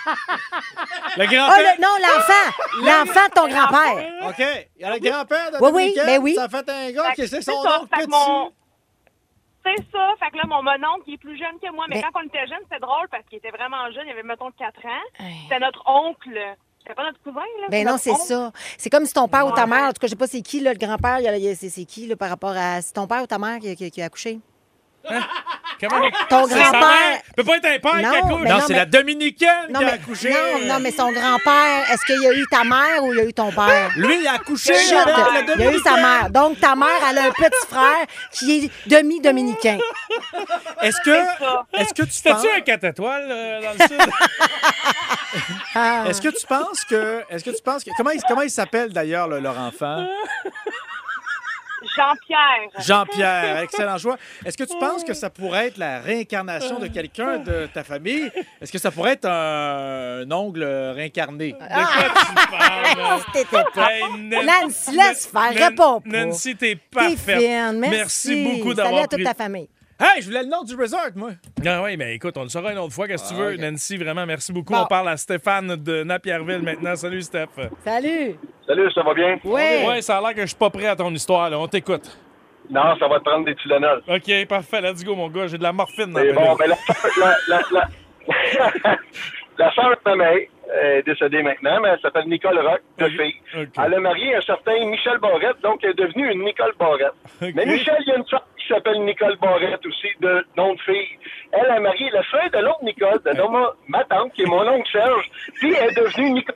Le Oh, grand-père. le- non, l'enfant. L'enfant de ton grand-père. OK. Il y a le grand-père de Oui, oui, Dominicaine, ben oui. Ça fait un gars Fait qui que c'est c'est son ça, oncle fait que petit. mon- C'est ça. Fait que là, mon mononcle, il est plus jeune que moi. Mais Ben- quand on était jeune, c'était drôle parce qu'il était vraiment jeune. Il avait, mettons, quatre ans. Hey. C'était notre oncle. C'était pas notre cousin, là. Ben non, notre c'est oncle. ça. C'est comme si ton père ou ta Ouais. mère, en tout cas, je sais pas c'est qui, là, le grand-père, il y a- il y a- c'est c'est qui, là, par rapport à... C'est ton père ou ta mère qui, qui- qui a accouché? Comment? Ton C'est sa grand-père. mère. peut pas être un père Non, qui accouche. mais Non, non, c'est mais- la dominicaine Non, qui a mais, accouché. non, non, mais son grand-père, est-ce qu'il y a eu ta mère ou il y a eu ton père? Lui, il a accouché Chut, avec la il y a eu dominicaine. sa mère. Donc, ta mère, elle a un petit frère qui est demi-dominicain. Est-ce que, est-ce que tu C'était-tu penses, un quatre étoiles euh, dans le sud? Ah. est-ce que tu penses que, est-ce que tu penses que, comment il, comment il s'appelle d'ailleurs le- leur enfant? Jean-Pierre. Jean-Pierre, excellent choix. Est-ce que tu penses que ça pourrait être la réincarnation de quelqu'un de ta famille? Est-ce que ça pourrait être un, un ongle réincarné? De quoi tu parles? T'étais pas. Hey, Nan- Nancy, laisse faire, Nan- réponds pas. Nancy, t'es T'es parfaite. fine, merci. beaucoup Salut d'avoir à toute pris... ta famille. Hey, je voulais le nom du resort, moi. Ah oui, mais écoute, on le saura une autre fois. Qu'est-ce que tu veux, ok. Nancy? Vraiment, merci beaucoup. Bon. On parle à Stéphane de Napierville maintenant. Salut, Steph. Salut. Salut, ça va bien? Oui. Ouais, ça a l'air que je suis pas prêt à ton histoire. Là. On t'écoute. Non, ça va te prendre des Tylenol. OK, parfait. Let's go, mon gars. J'ai de la morphine dans C'est la bon, pilule. ben la, la, la, la, la sœur de ma mère est décédée maintenant, mais elle s'appelle Nicole Rock, de Ok, fille. ok. Elle a marié un certain Michel Barrette, donc elle est devenue une Nicole Barrette. Ok. Mais Michel, il y a une sœur qui s'appelle Nicole Barrette aussi, de nom de fille. Elle a marié le frère de l'autre Nicole, de nom ma, ma tante, qui est mon oncle Serge, puis elle est devenue Nicole.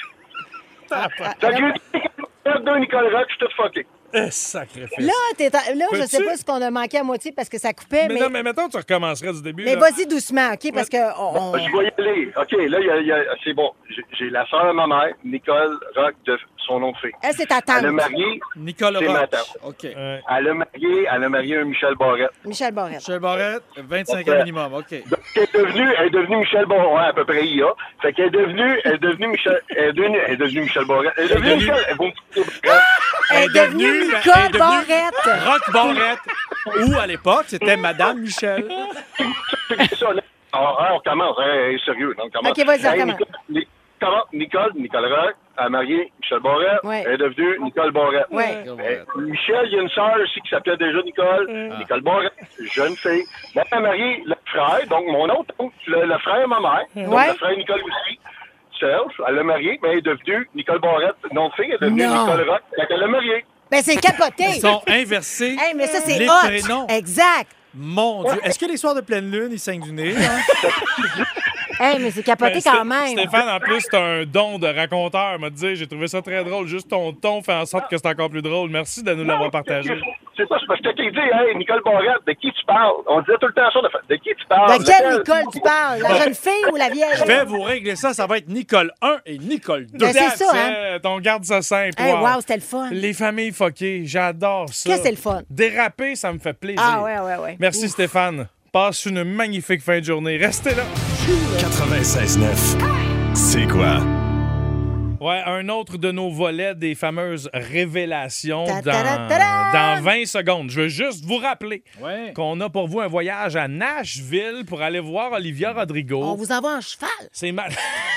Fait que deux Nicole Rock, je suis tout fucké. Eh, sacrifice. Là, t'es en- là je Peux-tu? sais pas ce qu'on a manqué à moitié parce que ça coupait, mais, mais, non, mais mettons, tu recommencerais du début. mais là. vas-y doucement, OK? Parce que on- on- Je vais y aller. OK, là, il y a, il y a- c'est bon. J'ai- J'ai la sœur de ma mère, Nicole Rock, de son nom de fille. elle, c'est ta tante. Elle a marié, Nicole c'est ma Roch. tante. OK. Ouais. Elle a marié, elle a marié un Michel Barrette. Michel Barrette. Michel Barrette, vingt-cinq ans Ouais. minimum. OK. Donc, elle est devenue, elle est devenue Michel Barrette, ouais, à peu près I A. Fait qu'elle est devenue, elle est devenue Michel, elle est devenue, elle est devenue Michel Barrette. Elle est devenue devenue- Michel, elle va me quitter Barrette. Elle est devenue devenue- Nicole elle est devenue- Barrette. Roch Barrette. Ou à l'époque, c'était Madame Michel. C'est ça, là. Ah, ah, on commence, hein, sérieux, on commence. OK, vas-y, on Hey, commence. Nicole, Ni- comment- Nicole, Nicole Rock, a marié Michel Barrette. Ouais. Elle est devenue Nicole Barrette. Ouais. Euh, Michel, il y a une sœur aussi qui s'appelait déjà Nicole. Nicole Barrette, jeune fille. Bon, elle a marié le frère, donc mon autre oncle, le, le frère de ma mère. Donc Ouais. le frère Nicole aussi. Serge, elle l'a marié, mais elle est devenue Nicole Barrette, non de fille, elle est devenue Non. Nicole Rock. Fait qu'elle l'a marié. Ben, c'est capoté. Ils sont inversés. Hey, mais ça, c'est les hot. prénoms. Exact. Mon Dieu. Est-ce que les soirs de pleine lune, ils saignent du nez? hein? Hey, mais c'est capoté Ben, quand Sté- même. Stéphane, en plus, t'as un don de raconteur, m'a dit. J'ai trouvé ça très drôle. Juste ton ton fait en sorte que c'est encore plus drôle. Merci de nous l'avoir partagé. C'est ça, c'est parce que je t'ai dit, hey, Nicole Barrette, de qui tu parles? On disait tout le temps ça, de, de qui tu parles? De quelle Lequel? Nicole tu parles? La jeune fille ou la vieille? Je vais vous régler ça. Ça va être Nicole un et Nicole deux. Ben, c'est That's ça, hein? it. On garde ça simple. Hey, wow. wow, c'était le fun. Les familles fuckées, j'adore ça. Qu'est-ce que c'est le fun? Déraper, ça me fait plaisir. Ah, ouais, ouais, ouais. Merci, Stéphane. Passe une magnifique fin de journée. Restez là. quatre-vingt-seize neuf. C'est quoi? Ouais, un autre de nos volets des fameuses révélations Ta- dans, ta- ta- ta- dans vingt secondes. Je veux juste vous rappeler Ouais. qu'on a pour vous un voyage à Nashville pour aller voir Olivia Rodrigo. On vous envoie en cheval. C'est mal.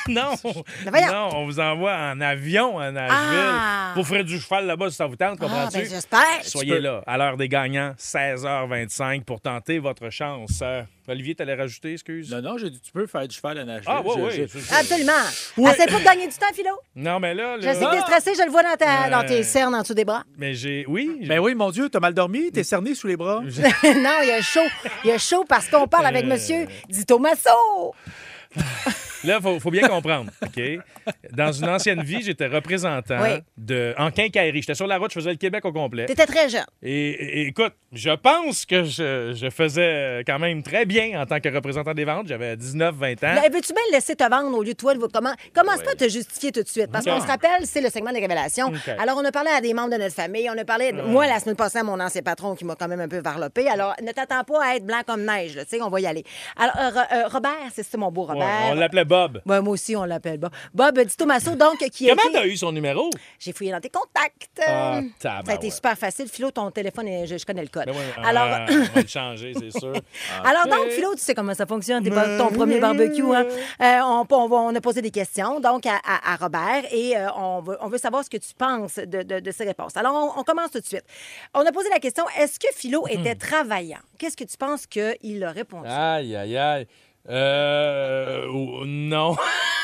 Non, Mais voyons. non, on vous envoie en avion à Nashville Ah. pour faire du cheval là-bas si ça vous tente, Ah, comprends-tu? ben, j'espère. Soyez Tu peux- là, à l'heure des gagnants, seize heures vingt-cinq, pour tenter votre chance. Euh, Olivier, t'allais rajouter, excuse? Non, non, j'ai dit, tu peux faire du cheval à Nashville. Ah, oui, Je- oui. je- c'est ça. Absolument. Oui. Assez pas de gagner du temps, Philo. Non, mais là... Je là... sais que t'es stressé, je le vois dans, ta, Euh. dans tes cernes en dessous des bras. Mais j'ai... Oui? j'ai- Ben oui, mon Dieu, t'as mal dormi? T'es cerné sous les bras? non, il y a chaud. Il y a chaud parce qu'on parle avec Euh. monsieur Di Tommaso. Là, il faut, faut bien comprendre, OK? Dans une ancienne vie, j'étais représentant Oui. de, en quincaillerie. J'étais sur la route, je faisais le Québec au complet. T'étais très jeune. Et, et- écoute, je pense que je, je faisais quand même très bien en tant que représentant des ventes. J'avais dix-neuf vingt ans. Là, veux-tu bien le laisser te vendre au lieu de toi? de- Comment, commence pas à te justifier tout de suite. Parce OK. qu'on se rappelle, c'est le segment des révélations. OK. Alors, on a parlé à des membres de notre famille. On a parlé, moi, la semaine passée, à mon ancien patron qui m'a quand même un peu varlopé. Alors, ne t'attends pas à être blanc comme neige. là. Tu sais, on va y aller. Alors, euh, Ro- euh, Robert, c'est ça, mon beau Ouais, Robert. on l'appelait Bob. Ouais, moi aussi, on l'appelle Bob. Bob Di Tommaso, donc, qui a Comment été- t'as eu son numéro? J'ai fouillé dans tes contacts. Ah, Euh, ça a été tabarouette. super facile. Philo, ton téléphone, est- je, je connais le code. Ben ouais, Alors, ah, on va le changer, c'est sûr. Alors, donc, Philo, tu sais comment ça fonctionne, tes bar- ton premier barbecue. Hein? Euh, on, on, va- on a posé des questions, donc, à, à- à Robert, et euh, on, veut, on veut savoir ce que tu penses de, de, de ces réponses. Alors, on, on commence tout de suite. On a posé la question, est-ce que Philo était travaillant? Qu'est-ce que tu penses qu'il a répondu? Aïe, aïe, aïe. Euh... ou- Non.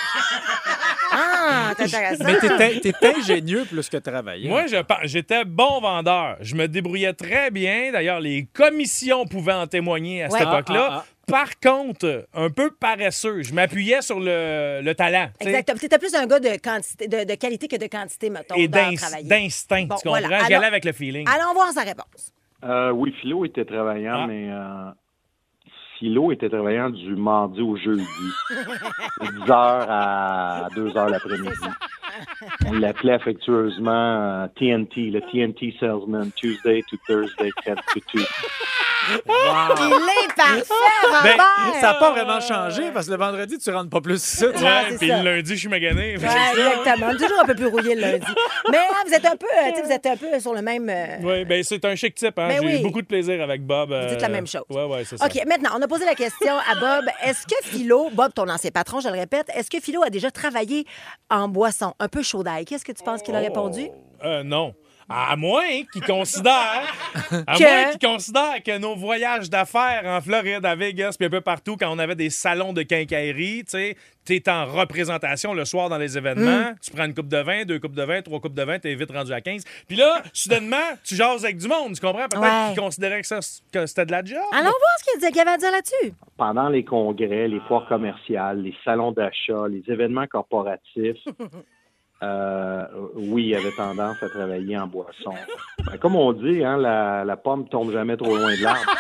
Ah, c'est intéressant. Mais t'étais t'étais ingénieux plus que travaillant. Moi, je pense- j'étais bon vendeur. Je me débrouillais très bien. D'ailleurs, les commissions pouvaient en témoigner à cette Ouais. époque-là. Ah, ah, Par contre, un peu paresseux. Je m'appuyais sur le, le talent. tu sais, Exactement. Tu étais plus un gars de, quantité, de, de qualité que de quantité, mettons, Et d'heures d'ins- travaillées. d'instinct. Bon, tu comprends? voilà. J'y Alors- allais avec le feeling. Allons voir sa réponse. Euh, oui, Philo était travaillant, Ah. mais euh, Philo était travaillant du mardi au jeudi. De dix heures à deux heures l'après-midi. On l'appelait affectueusement euh, T N T, le T N T salesman, Tuesday to Thursday, ten to two. Il est parfait, Ben, Robert! ça n'a pas vraiment changé parce que le vendredi, tu rentres pas plus ici. Ouais, Ouais, c'est puis ça. le lundi, je suis magané. Ouais, exactement. Toujours un peu plus rouillé le lundi. Mais hein, vous êtes un peu, euh, tu sais, vous êtes un peu sur le même. euh, Oui, ben c'est un chic type. Hein? Ben J'ai oui. eu beaucoup de plaisir avec Bob. Vous dites la même chose. Oui, oui, c'est ça. OK, maintenant, on a posé la question à Bob. Est-ce que Philo, Bob, ton ancien patron, je le répète, est-ce que Philo a déjà travaillé en boisson, un peu chaud d'ail? Qu'est-ce que tu penses qu'il a répondu? Euh, non. À moins qu'il considère, à Que- moins qu'il considère que nos voyages d'affaires en Floride, à Vegas, puis un peu partout, quand on avait des salons de quincaillerie, tu sais, t'es en représentation le soir dans les événements, tu prends une coupe de vin, deux coupes de vin, trois coupes de vin, t'es vite rendu à quinze. Puis là, soudainement, tu jases avec du monde, tu comprends? Peut-être Ouais. qu'il considérait que, ça, que c'était de la job. Allons voir ce qu'il y a- qu'il y avait à dire là-dessus. Pendant les congrès, les foires commerciales, les salons d'achat, les événements corporatifs, euh, oui, il avait tendance à travailler en boisson. Ben, comme on dit, hein, la, la pomme tombe jamais trop loin de l'arbre.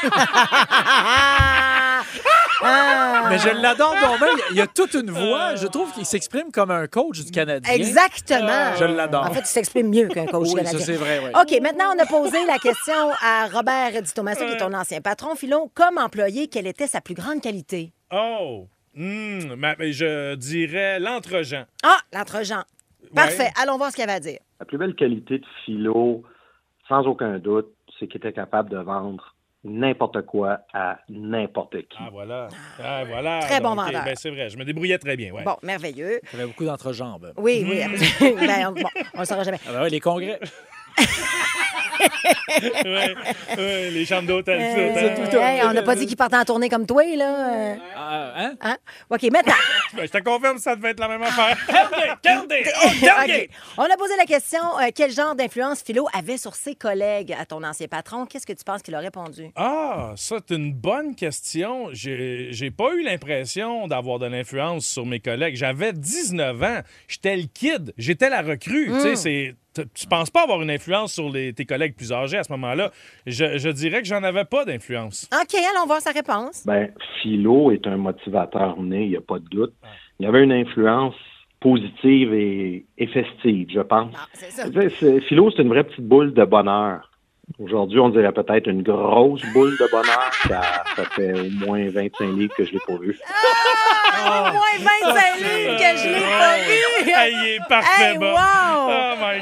Ah! Mais je l'adore donc bien. Il y a toute une voix. Je trouve qu'il s'exprime comme un coach du Canadien. Exactement. Je l'adore. En fait, il s'exprime mieux qu'un coach Oui, canadien. ça, c'est vrai, oui. OK, maintenant, on a posé la question à Robert Di Tommaso, qui est ton ancien patron. Philo, comme employé, quelle était sa plus grande qualité? Oh! Hmm, ma- mais je dirais l'entre-gens. Ah, l'entre-gens. Parfait. Allons voir ce qu'il y avait à dire. La plus belle qualité de Philo, sans aucun doute, c'est qu'il était capable de vendre n'importe quoi à n'importe qui. Ah, voilà. Ah, voilà. Très bon Donc, vendeur. ben, c'est vrai, je me débrouillais très bien. Ouais. Bon, merveilleux. Il y avait beaucoup d'entrejambes. Oui, oui. absolument. Ben, on- bon, on le saura jamais. Ah ben ouais, les congrès. ouais, ouais, les chambres d'hôtel, ça, Euh, tout, tout, tout. hey, on n'a pas dit qu'il partait en tournée comme toi, là. euh. Ah, hein? Hein? OK, maintenant. Ben, je te confirme, ça devait être la même affaire. Caldé, Caldé, oh, Caldé! OK. On a posé la question euh, quel genre d'influence Philo avait sur ses collègues à ton ancien patron? Qu'est-ce que tu penses qu'il a répondu? Ah, ça, c'est une bonne question. J'ai j'ai pas eu l'impression d'avoir de l'influence sur mes collègues. J'avais dix-neuf ans. J'étais le kid. J'étais la recrue. Mm. Tu sais, c'est... t- Tu penses pas avoir une influence sur les- tes collègues plus âgés à ce moment-là. Je, je dirais que j'en avais pas d'influence. OK, allons voir sa réponse. Ben, Philo est un motivateur né, il n'y a pas de doute. Il y avait une influence positive et, et festive, je pense. Ah, c'est ça. Tu sais, c'est- Philo, c'est une vraie petite boule de bonheur. Aujourd'hui, on dirait peut-être une grosse boule de bonheur, car ça fait au moins vingt-cinq livres que je l'ai pas vu. Ah, au moins vingt-cinq livres que je l'ai pas vu. Hey, il est parfait, Hey, Bob. wow! Oh my God. Ah,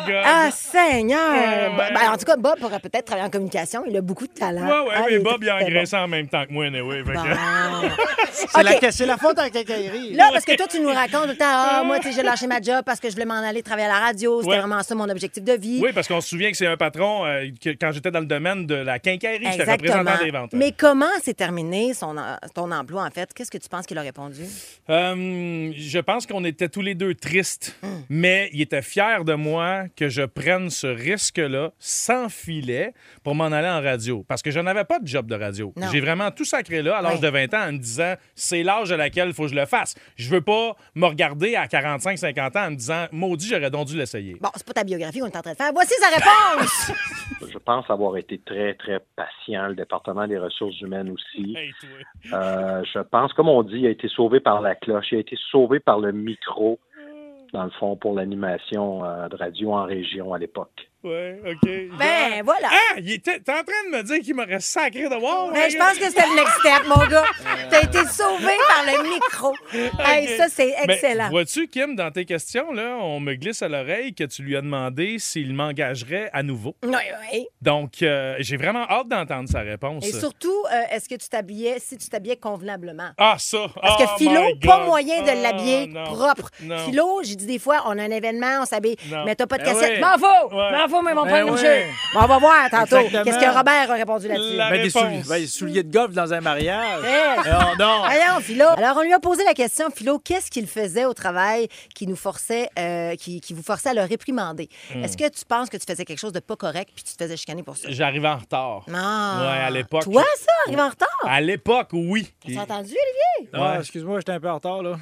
Ah, Seigneur! Ouais, ouais. Ben, en tout cas, Bob pourrait peut-être travailler en communication. Il a beaucoup de talent. Ouais, ouais, Ah, mais il Bob, il a était engraissé en même temps que moi, anyway. Fait que- C'est OK. la, c'est la faute à la quincaillerie. Là, parce que toi, tu nous racontes tout le temps, ah, moi, tu sais, j'ai lâché ma job parce que je voulais m'en aller travailler à la radio. C'était Ouais. vraiment ça mon objectif de vie. Oui, parce qu'on se souvient que c'est un patron, euh, que, quand j'étais dans le domaine de la quincaillerie, j'étais représentant des ventes. Mais comment s'est terminé son, ton emploi, en fait? Qu'est-ce que tu penses qu'il a répondu? Euh, je pense qu'on était tous les deux tristes, Hum. mais il était fier de moi que je prenne ce risque-là sans filet pour m'en aller en radio. Parce que je n'avais pas de job de radio. Non. J'ai vraiment tout sacré là à l'âge Ouais. de vingt ans en me disant c'est l'âge à laquelle il faut que je le fasse. Je veux pas me regarder à quarante-cinq cinquante ans en me disant maudit, j'aurais donc dû l'essayer. Bon, c'est pas ta biographie qu'on est en train de faire. Voici sa réponse! Je pense avoir été très, très patient. Le département des ressources humaines aussi. Hey, Euh, je pense, comme on dit, il a été sauvé par la cloche. Il a été sauvé par le micro, dans le fond, pour l'animation euh, de radio en région à l'époque. Ouais, OK. Ben, voilà. Ah, il était, t'es en train de me dire qu'il m'aurait sacré de voir? Ben, je pense que c'était le next step, mon gars. T'as été sauvé par le micro. Hey, ça, c'est excellent. Mais vois-tu, Kim, dans tes questions, là, on me glisse à l'oreille que tu lui as demandé s'il m'engagerait à nouveau. Oui, oui. Donc, euh, j'ai vraiment hâte d'entendre sa réponse. Et surtout, euh, est-ce que tu t'habillais, si tu t'habillais convenablement? Ah, ça! Parce Oh que Philo, my pas God. moyen de Ah, l'habiller non. propre. Non. Philo, j'ai dit des fois, on a un événement, on s'habille, Non. mais t'as pas de Ben cassette. oui. M'en faut! Ouais. M'en faut, mais mon Ben prendre une oui. jeu. Bon, on va voir tantôt. Exactement. Qu'est-ce que Robert a répondu là-dessus? La Ben, des réponse. souliers, ben, des souliers de golf dans un mariage. Eh. Non, non. Voyons, Philo. Alors, on lui a posé la question, Philo, qu'est-ce qu'il faisait au travail qui nous forçait, euh, qui, qui vous forçait à le réprimander? Hmm. Est-ce que tu penses que tu faisais quelque chose de pas correct puis tu te faisais chicaner pour ça? J'arrivais en retard. Non. Ouais, à l'époque. Toi, ça, arrive en retard? À l'époque, oui. T'as entendu, Olivier? Ah, Ouais. excuse-moi, j'étais un peu en retard, là.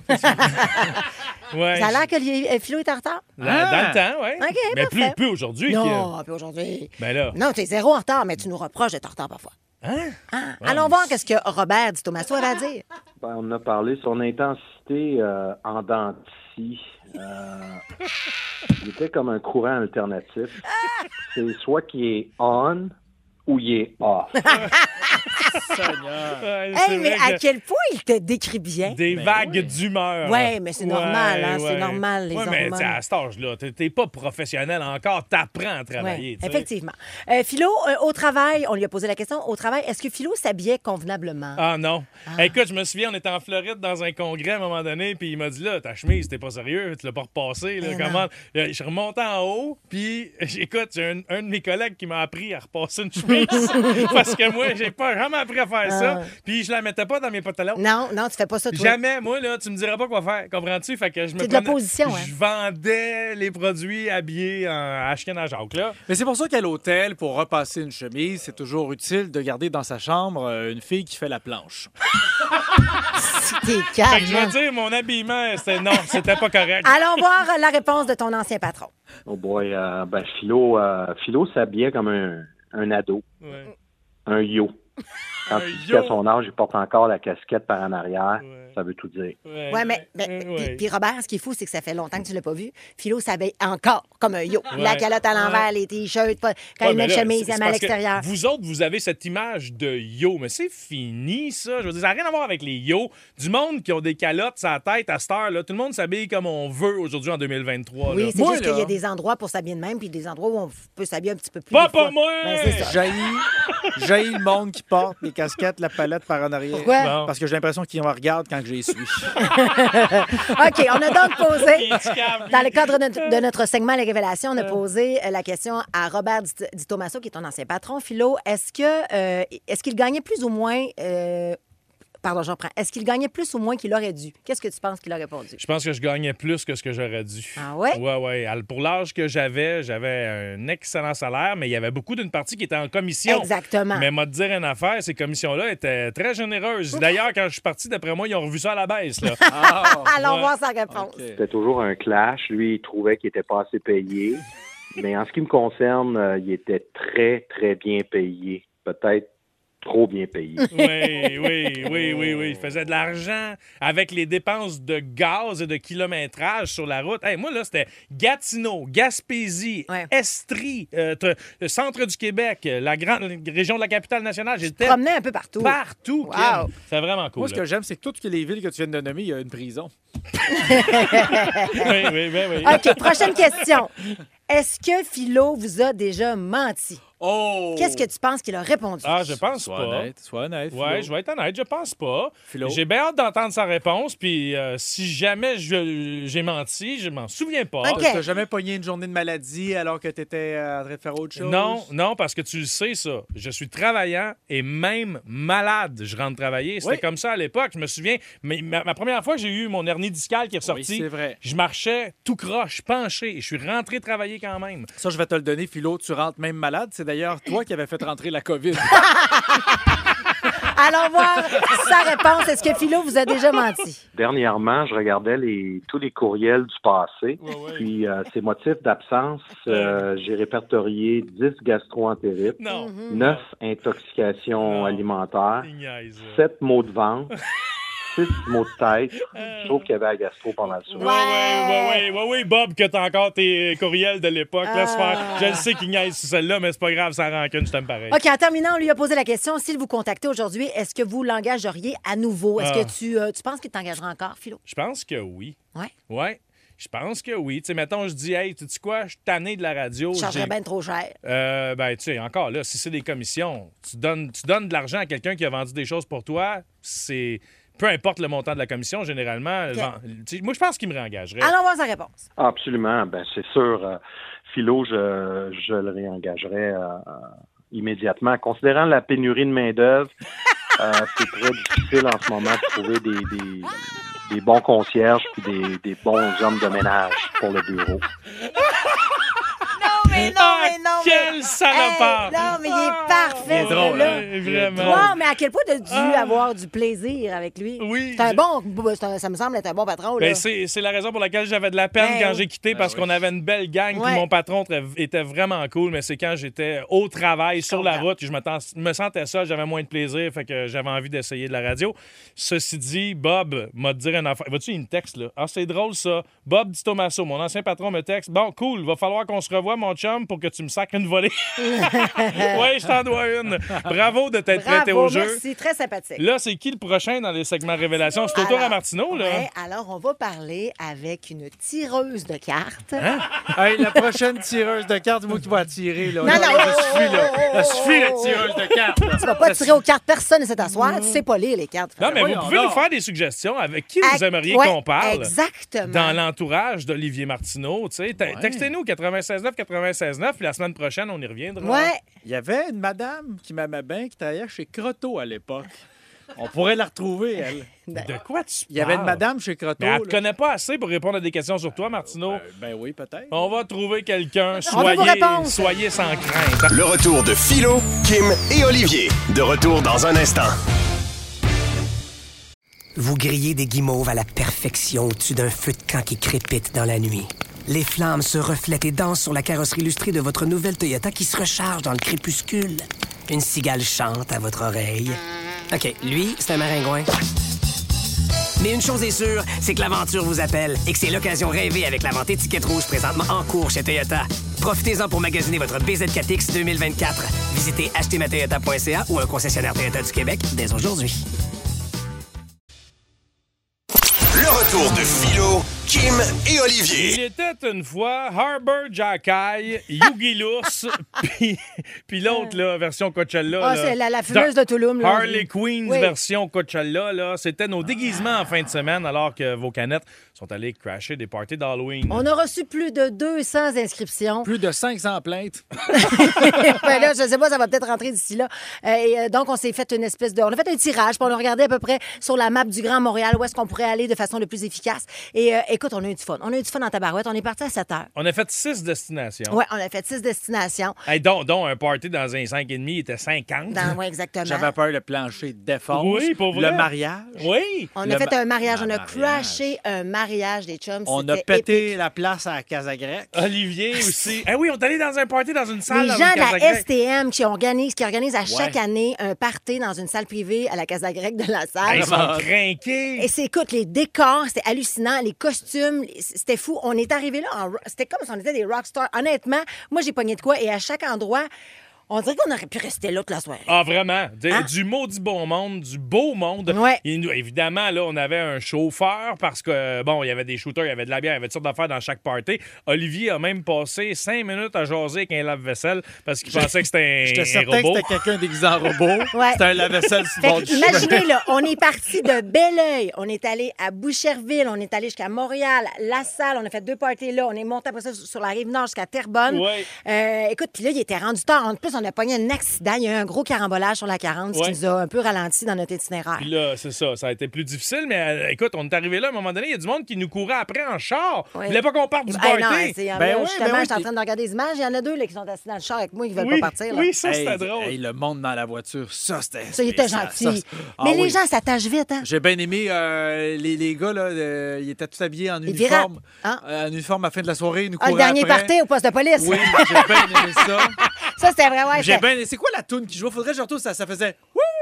Ouais. Ça a l'air que Olivier- euh, Philo est en retard? Dans, dans le temps, oui. OK, Mais parfait. plus, plus aujourd'hui. Non, puis aujourd'hui. Que... Ben là. Non, t'es zéro en retard, mais tu nous reproches d'être en retard parfois. Hein? Ah, Ouais, allons mais voir qu'est-ce que Robert Di Tommaso avait à dire. Ben, on a parlé son intensité euh, en dents de scie. Euh, il était comme un courant alternatif. C'est soit qu'il est on ou il est off. Seigneur. Ouais, Hey, c'est mais vrai à que quel point il te décrit bien. Des vagues d'humeur. Ouais, mais c'est normal, hein, c'est ouais. normal, les ouais, mais hormones. t'sais, à cet âge-là, t'es- t'es pas professionnel encore, t'apprends à travailler. Ouais, t'sais. effectivement. Euh, Philo, euh, au travail, on lui a posé la question, au travail, est-ce que Philo s'habillait convenablement? Ah non. Écoute, je me souviens, on était en Floride dans un congrès à un moment donné, puis il m'a dit là, ta chemise, t'es pas sérieux, tu l'as pas repassée. Là, Eh comment? non. Euh, Je suis remonté en haut, puis écoute, j'ai un, un de mes collègues qui m'a appris à repasser une chemise parce que moi, j'ai pas jamais appris à faire ça, Ah. puis je la mettais pas dans mes pantalons. Non, non, tu fais pas ça, toi. Jamais, moi, là, tu me diras pas quoi faire. Comprends-tu? Fait que je me C'est de prenais- l'opposition, hein. Je vendais les produits habillés en Ashken à Jacques, là. Mais c'est pour ça qu'à l'hôtel, pour repasser une chemise, c'est toujours utile de garder dans sa chambre euh, une fille qui fait la planche. T'es Fait que calme. je veux dire, mon habillement, c'était non, c'était pas correct. Allons voir la réponse de ton ancien patron. Oh boy, euh, ben Philo, euh, Philo s'habillait comme un, un ado, Ouais. un yo. Quand Un tu dis yo. qu'à son âge, il porte encore la casquette par en arrière, ça veut tout dire. Ouais, Ouais, mais, mais- ouais, puis- ouais. puis Robert, ce qui est fou, c'est que ça fait longtemps que tu l'as pas vu. Philo s'habille encore comme un yo. Ouais. La calotte à l'envers, les t-shirts, pas- quand Ouais, il mais met une là, chemise, c'est- il la c'est met à parce que l'extérieur. Vous autres, vous avez cette image de yo, mais c'est fini, ça. Je veux dire, ça n'a rien à voir avec les yo. Du monde qui ont des calottes sur la tête à cette heure, là. Tout le monde s'habille comme on veut aujourd'hui en deux mille vingt-trois. Oui, là. c'est Moi, juste qu'il y a là- des endroits pour s'habiller de même, puis des endroits où on peut s'habiller un petit peu plus. Pas des fois. pour moi! Ben, c'est ça. Jaillit, jaillit le monde qui porte les casquettes, la palette par en arrière. Pourquoi? Bon. Parce que j'ai l'impression qu'ils me regardent quand je les suis. OK, on a donc posé, Il est calme. dans le cadre de notre, de notre segment Les Révélations, on a posé euh, la question à Robert Di, Di Tommaso, qui est ton ancien patron. Philo, est-ce que euh, est-ce qu'il gagnait plus ou moins... euh, Pardon, j'en prends. Est-ce qu'il gagnait plus ou moins qu'il aurait dû? Qu'est-ce que tu penses qu'il a répondu? Je pense que je gagnais plus que ce que j'aurais dû. Ah ouais? Ouais, ouais. Alors, pour l'âge que j'avais, j'avais un excellent salaire, mais il y avait beaucoup d'une partie qui était en commission. Exactement. Mais moi, te dire une affaire, ces commissions-là étaient très généreuses. D'ailleurs, quand je suis parti, d'après moi, ils ont revu ça à la baisse. Là. Allons Ouais. voir sa réponse. C'était toujours un clash. Lui, il trouvait qu'il était pas assez payé. Mais en ce qui me concerne, euh, il était très, très bien payé. Peut-être trop bien payé. Oui, oui, oui, oui, oui. Je faisais de l'argent avec les dépenses de gaz et de kilométrage sur la route. Hey, moi, là, c'était Gatineau, Gaspésie, Ouais. Estrie, euh, t- le centre du Québec, la grande région de la capitale nationale. J'étais Promenait un peu partout. partout, Wow. Kim. C'est vraiment cool. Moi, ce là. que j'aime, c'est que toutes les villes que tu viens de nommer, il y a une prison. oui, oui, oui, oui. OK, prochaine question. Est-ce que Philo vous a déjà menti? Oh! Qu'est-ce que tu penses qu'il a répondu? Ah, je pense Sois pas. honnête, sois honnête. Ouais, Philo. je vais être honnête, je pense pas. Philo. J'ai bien hâte d'entendre sa réponse, puis euh, si jamais je- j'ai menti, je m'en souviens pas. OK. T'as jamais pogné une journée de maladie alors que t'étais euh, en train de faire autre chose? Non, non, parce que tu le sais, ça. Je suis travaillant et même malade. Je rentre travailler. C'était Oui. comme ça à l'époque. Je me souviens, mais ma, ma première fois que j'ai eu mon hernie discale qui est ressorti, Oui, c'est vrai. je marchais tout croche, penché. Et je suis rentré travailler quand même. Ça, je vais te le donner, Philo. Tu rentres même malade. C'est d'ailleurs toi qui avais fait rentrer la COVID. Allons voir sa réponse. Est-ce que Philo vous a déjà menti? Dernièrement, je regardais les, tous les courriels du passé. Puis, euh, ces motifs d'absence, euh, j'ai répertorié dix gastro-entérites, Non. neuf intoxications Non. alimentaires, Il niaise. sept maux de ventre, six maux de tête. Je trouve qu'il y avait la gastro pendant le Ouais, soir. ouais, ouais, ouais, ouais, ouais, Bob, que t'as encore tes courriels de l'époque. Laisse Ah. faire. Je le sais qu'il niaise sur celle-là, mais c'est pas grave, ça rancune, je t'aime pareil. OK, en terminant, on lui a posé la question. S'il vous contactait aujourd'hui, est-ce que vous l'engageriez à nouveau? Est-ce Ah. que tu, euh, tu penses qu'il t'engagera encore, Philo? Je pense que oui. Ouais. Ouais. Je pense que oui. Tu sais, mettons, je dis, hey, tu sais quoi, je suis tanné de la radio. Je chargerais j'ai- bien trop cher. Euh, ben, tu sais, encore là, si c'est des commissions, tu donnes, tu donnes de l'argent à quelqu'un qui a vendu des choses pour toi, c'est. Peu importe le montant de la commission, généralement. OK. vend- tu sais, moi, je pense qu'il me réengagerait. Allons voir sa réponse. Absolument. Ben, c'est sûr. euh, Philo, je, je le réengagerais euh, euh, immédiatement. Considérant la pénurie de main-d'œuvre, euh, c'est très difficile en ce moment de trouver des, des, des bons concierges et des, des bons hommes de ménage pour le bureau. Non, mais non, Ah, mais non. quel mais... salopard! Hey, non, mais il est parfait. Il est drôle, là. hein, vraiment. Wow, mais à quel point tu as dû Ah. avoir du plaisir avec lui? Oui, C'est un j'ai- bon... c'est un- Ça me semble être un bon patron, là. Ben, c'est c'est la raison pour laquelle j'avais de la peine Ben quand oui. j'ai quitté, parce qu'on avait une belle gang, Ouais. puis mon patron tra- était vraiment cool, mais c'est quand j'étais au travail, sur la comprends. route, que je me, ten- me sentais seul, j'avais moins de plaisir, fait que j'avais envie d'essayer de la radio. Ceci dit, Bob m'a dit une affaire. Vois-tu, il me texte, là. Ah, c'est drôle, ça. Bob Di Tommaso, mon ancien patron, me texte. Bon, cool, va falloir qu'on se revoie, mon chum, pour que tu me sacres une volée. Ouais, je t'en dois une. Bravo de t'être prêté Bravo, au jeu. merci, très sympathique. Là, c'est qui le prochain dans les segments révélations? C'est au tour Alors, à Martineau, là. ouais, alors, on va parler avec une tireuse de cartes. Hein? Hey, la prochaine tireuse de cartes, moi qui va tirer. Là. Non, non, ça oh, suffit, là. oh, oh, Ça suffit, la oh, tireuse de cartes. là. Tu vas pas Ça tirer aux cartes personne ne s'est asseoir. Tu sais pas lire les cartes. Non, mais vous voyons pouvez nous donc. faire des suggestions avec qui Ac- vous aimeriez ouais, qu'on parle exactement. dans l'entourage d'Olivier Martineau. tu sais. Te- Textez-nous quatre-vingt-seize neuf quatre-vingt-seize neuf, puis la semaine prochaine, on y reviendra. Ouais. Il y avait une madame qui m'aimait bien qui travaillait chez Croteau à l'époque. On pourrait la retrouver, elle. De quoi tu Il y avait une parles? madame chez Croteau. Mais elle te là. connaît pas assez pour répondre à des questions sur toi, Martineau. Ben, ben oui, peut-être. On va trouver quelqu'un. On veut Soyez, vos réponses. soyez sans crainte. Le retour de Philo, Kim et Olivier. De retour dans un instant. Vous grillez des guimauves à la perfection au-dessus d'un feu de camp qui crépite dans la nuit. Les flammes se reflètent et dansent sur la carrosserie illustrée de votre nouvelle Toyota qui se recharge dans le crépuscule. Une cigale chante à votre oreille. OK, lui, c'est un maringouin. Mais une chose est sûre, c'est que l'aventure vous appelle et que c'est l'occasion rêvée avec la vente étiquette rouge présentement en cours chez Toyota. Profitez-en pour magasiner votre B Z quatre X deux mille vingt-quatre. Visitez acheter ma toyota point c a ou un concessionnaire Toyota du Québec dès aujourd'hui. Le retour de Philo, Kim et Olivier. Il était une fois Harbor Jackay, Yugi Luce, puis puis l'autre, là, version Coachella. Ah, là. c'est la- la fumeuse Dans- de Touloum, là. Harley Quinn, Oui. version Coachella. Là. C'était nos déguisements en fin de semaine, alors que vos canettes sont allées crasher des parties d'Halloween. On a reçu plus de deux cents inscriptions. Plus de cinq cents plaintes. Ben là, je sais pas, ça va peut-être rentrer d'ici là. Euh, et euh, donc, on s'est fait une espèce de... On a fait un tirage, puis on a regardé à peu près sur la map du Grand Montréal où est-ce qu'on pourrait aller de façon le plus efficace. Et euh, écoute, on a eu du fun. On a eu du fun en tabarouette. On est parti à sept heures. On a fait six destinations. Ouais, on a fait six destinations. Hey, dont, dont un party dans un cinq et demi était cinquante. Dans, ouais, exactement. J'avais peur le plancher défonce. Oui, pour vrai. Le mariage. Oui. On Le a fait ma- un mariage. On a mariage. crashé un mariage des chums. On a C'était pété épique. la place à la Casa Grecque. Olivier aussi. Ah oui, on est allé dans un party dans une salle. Les dans gens une de la Casa Grecque. S T M qui organisent, qui organisent à chaque Ouais. année un party dans une salle privée à la Casa Grecque de la salle. Hey, ils sont crinqués. Et c'est, écoute, les décors, c'était hallucinant, les costumes, c'était fou. On est arrivé là, en ro- c'était comme si on était des rockstars. Honnêtement, moi, j'ai pogné de quoi et à chaque endroit, On dirait qu'on aurait pu rester là toute la soirée. Ah, vraiment. Du, Hein? du maudit bon monde, du beau monde. Ouais. Et nous, évidemment, là, on avait un chauffeur parce que, bon, il y avait des shooters, il y avait de la bière, il y avait toutes sortes d'affaires dans chaque party. Olivier a même passé cinq minutes à jaser avec un lave-vaisselle parce qu'il pensait que c'était un, J'étais un certain robot. que c'était quelqu'un déguisé en robot. Ouais. C'était un lave-vaisselle sur le Fait bord que du chemin. imaginez, là, on est parti de Belleuil, on est allé à Boucherville, on est allé jusqu'à Montréal, La Salle, on a fait deux parties là, on est monté après ça sur la Rive-Nord jusqu'à Terrebonne. Ouais. Euh, écoute, puis là, il était rendu tard. En plus, on a pogné un accident. Il y a eu un gros carambolage sur la quarante, ce Ouais. qui nous a un peu ralenti dans notre itinéraire. Puis là, c'est ça, ça a été plus difficile, mais euh, écoute, on est arrivé là, à un moment donné, il y a du monde qui nous courait après en char. Oui. Il voulait pas qu'on parte du Ben party. non, c'est, Ben là, oui, justement, ben oui, j'étais en puis- train de regarder les images. Il y en a deux là, qui sont assis dans le char avec moi qui veulent Oui, pas partir. Là. oui, ça, c'était Hey, drôle. hey, le monde dans la voiture, ça, c'était Ça, il était spécial. gentil. Ça, c'est- Ah Mais les oui. gens s'attachent vite, hein? J'ai bien aimé euh, les, les gars, là, euh, ils étaient tous habillés en Les uniforme. Hein? Euh, en uniforme à la fin de la soirée, ils nous Ah, le couraient dernier après. party au poste de police. Oui, j'ai bien aimé ça. Ça, c'était vrai, ouais. J'ai c'était- bien... C'est quoi la toune qui joue? Faudrait que je retourne, ça, ça faisait...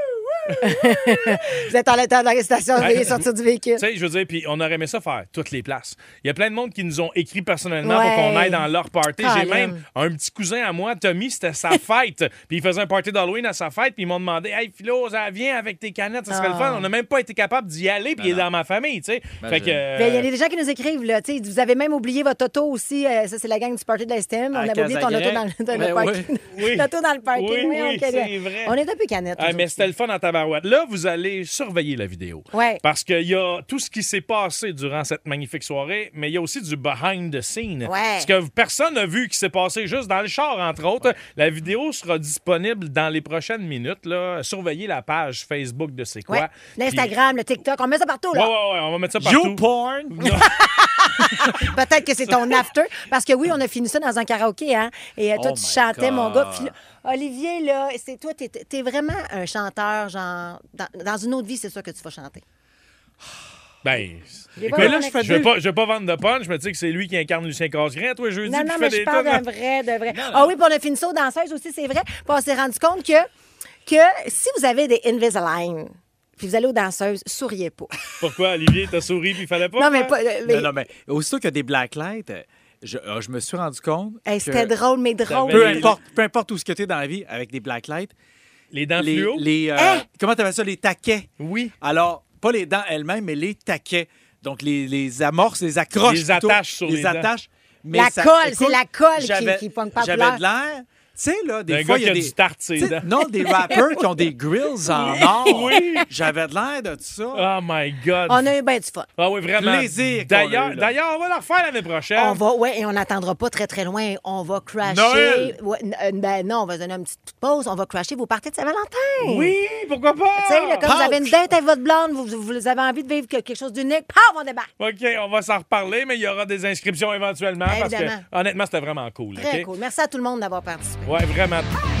Vous êtes en l'état de l'arrestation, veuillez Hey, sortir du véhicule. Tu sais, je veux dire, puis on aurait aimé ça faire toutes les places. Il y a plein de monde qui nous ont écrit personnellement Ouais. pour qu'on aille dans leur party. J'ai Colin. même un petit cousin à moi, Tommy, c'était sa fête. Puis il faisait un party d'Halloween à sa fête, puis ils m'ont demandé Hey Philo, ça viens avec tes canettes, ça serait le Ah. fun. On n'a même pas été capable d'y aller, puis il est dans ma famille, tu sais. Fait que. euh, Ben, il y a des gens qui nous écrivent, là. Tu sais, vous avez même oublié votre auto aussi. euh, ça, c'est la gang du party de l'S T M. On À avait oublié ton auto dans le, dans le Ben parking. oui. L'auto dans le parking. Oui, oui, on, c'est vrai. on est un peu canettes. Ah, nous mais autres. c'était le fun en tabarouette. Là, vous allez surveiller la vidéo. Ouais. Parce qu'il y a tout ce qui s'est passé durant cette magnifique soirée, mais il y a aussi du behind the scene. Ouais. Ce que personne n'a vu qui s'est passé juste dans le char, entre autres. La vidéo sera disponible dans les prochaines minutes. Là. Surveillez la page Facebook de C'est quoi. Ouais. L'Instagram, le TikTok, on met ça partout, Puis- là. Ouais, ouais, ouais, on va mettre ça partout. YouPorn! Peut-être que c'est ton after. Parce que oui, on a fini ça dans un karaoké, hein. Et euh, toi, Oh tu my chantais, mon God. gars. Puis là, Olivier, là, c'est toi, t'es, t'es vraiment un chanteur, genre. Dans, dans une autre vie, c'est ça que tu vas chanter. Ben, J'ai écoute, pas là, vraiment je ne vais pas, je vais pas vendre de punch, mais tu sais que c'est lui qui incarne Lucien Casgrain, toi, jeudi, Non, puis non, qui mais fait je des parle tunes. d'un vrai, de vrai. Ah oui, puis on a fini ça aux danseuses aussi, c'est vrai. Puis on s'est rendu compte que, que si vous avez des Invisalign, puis vous allez aux danseuses, souriez pas. Pourquoi, Olivier, t'as souri puis il fallait pas? Non, mais hein? pas. euh, mais- Non, non, mais aussitôt qu'il y a des blacklights, euh, je, euh, je me suis rendu compte Hey, que c'était drôle, mais drôle. peu les- importe, peu importe où ce que tu es dans la vie, avec des blacklights, Les dents les, fluo? les, euh, Hein? comment tu appelles ça, les taquets. Oui. Alors, pas les dents elles-mêmes, mais les taquets. Donc, les, les amorces, les accroches. Les plutôt, attaches sur les dents. attaches. Mais La ça- colle, écoute, c'est la colle qui- j'avais- qui pogne pas J'avais populaire. de l'air. Tu sais, là, des D'un fois, gars il y a qui a des. du tarte ses tu sais, dents. Non, des rappers qui ont des grills en or. Oui. J'avais de l'air de ça. Oh my God. On a eu bien du fun. Ah oui, vraiment. Plaisir qu'on D'ailleurs, a eu, là. d'ailleurs, on va le refaire l'année prochaine. On va, ouais, et on n'attendra pas très, très loin. On va crasher. Noël. Ouais, n- euh, ben non, on va donner une petite pause. On va crasher vos parties de Saint-Valentin. Oui, pourquoi pas? Tu sais, là, comme vous Pâques. avez une date avec votre blonde, vous, vous, vous avez envie de vivre que- quelque chose d'unique, paf, on débarque. OK, on va s'en reparler, mais il y aura des inscriptions éventuellement. Parce que, Évidemment. honnêtement, c'était vraiment cool. Très OK? cool. Merci à tout le monde d'avoir participé. Ouais, vraiment.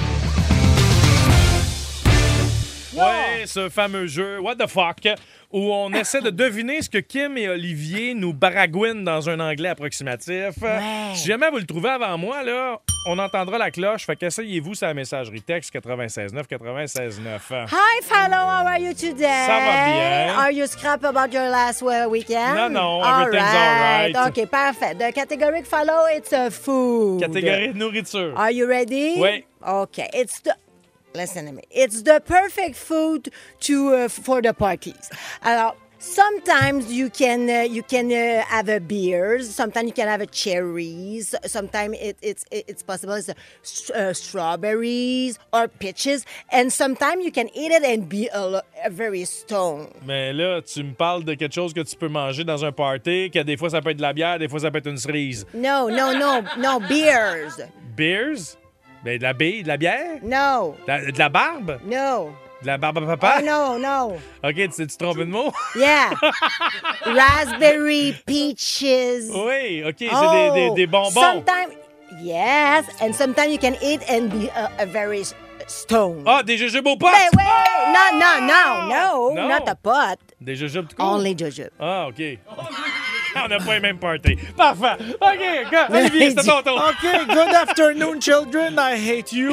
Ouais, ce fameux jeu What the fuck, où on essaie de deviner ce que Kim et Olivier nous baragouinent dans un anglais approximatif. Si jamais vous le trouvez avant moi, là, on entendra la cloche. Fait qu'essayez-vous sur la messagerie texte quatre-vingt-seize neuf quatre-vingt-seize neuf. Hi, fellow, how are you today? Ça va bien. Are you scrap about your last uh, weekend? Non, non, All everything's all right. OK, parfait. The categoric follow, it's a food. Catégorie de nourriture. Are you ready? Oui. Okay. It's the listen to me. It's the perfect food to uh, for the parties. Alors, sometimes you can uh, you can uh, have a beers. Sometimes you can have a cherries. Sometimes it, it's it, it's possible it's a, st- uh, strawberries or peaches. And sometimes you can eat it and be a, lo- a very stone. Mais là, tu me parles de quelque chose que tu peux manger dans un party, que des fois ça peut être de la bière, des fois ça peut être une cerise. No, no, no, no beers. Beers? Ben, de la bille, de la bière? No, De la, de la barbe? no. De la barbe à papa? Oh no, no. OK, tu t'es-tu trompé de mot? Yeah. Raspberry, peaches. Oui, OK, c'est Oh, des, des, des bonbons. Sometimes, yes, and sometimes you can eat and be a, a very s- stone. Ah, des jujubes aux potes! Ben oui! Non, non, non, no, Non. not a pot. Des jujubes tout court? Only jujube. Ah, OK. On n'a pas les mêmes parties. Parfait. OK, go. Olivier, c'est ton tour. OK, good afternoon, children. I hate you.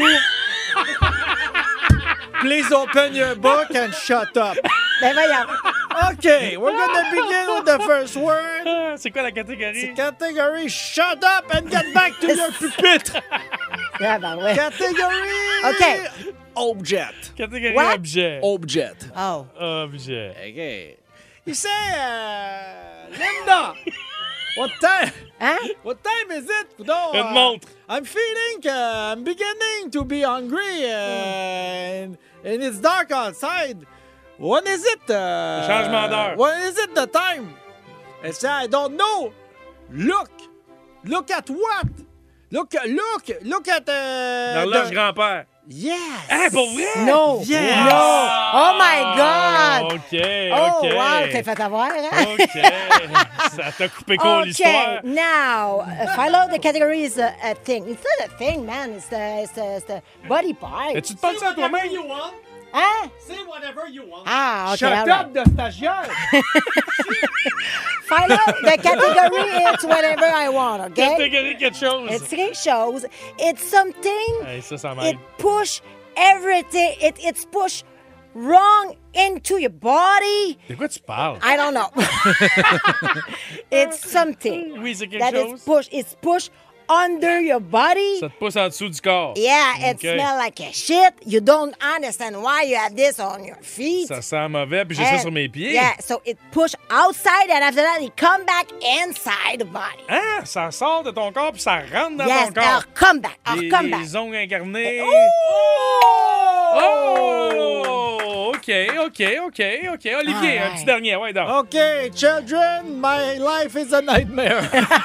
Please open your book and shut up. Ben voyons. OK, we're gonna begin with the first word. Ah, c'est quoi la catégorie? Category, shut up and get back to your pupitre. Ah, ben ouais. Category, OK. Object. Catégorie What? objet. Object. Oh. Objet. OK. You say, uh, Linda, what time? Hein? What time is it? Coudon, Une montre. I'm feeling, uh, I'm beginning to be hungry, uh, and, and it's dark outside. When is it? Uh, Changement d'heure. When is it the time? I say, I don't know. Look. Look at what? Look, look, look at... Uh, L'horloge the- grand-père. Yes. Hein, pour vrai? No. Yes. No. Oh, my God. OK, Oh, OK. wow, t'es fait avoir, hein? OK. Ça t'a coupé court l'histoire. Okay, now, uh, follow the category is a, a thing. It's not a thing, man. It's the, it's the, it's the body part. Mais tu te penses ça à toi-même? you want. Hein? Say whatever you want. Ah, OK, Shut all up, right. de stagiaire. Follow the category is whatever I want, OK? Catégorie quelque chose. It's three shows. It's something. Hey, ça, ça It m'aide. push everything. It, it's push wrong into your body. De quoi tu parles? I don't know. It's something. Oui, c'est quelque that chose. is push. It's push under your body. Ça te pousse en dessous du corps. Yeah, it OK. smells like a shit. You don't understand why you have this on your feet. Ça sent mauvais, puis j'ai ça And- sur mes pieds. Yeah, so it push outside and after that it come back inside the body. Hein? Ça sort de ton corps, puis ça rentre dans Yes, ton corps. alors come back, alors Les, come back. les ongles incarnés. Oh! Oh! OK, OK, OK, OK. Olivier, All un petit dernier. Ouais, donc. Okay, children, my life is a nightmare.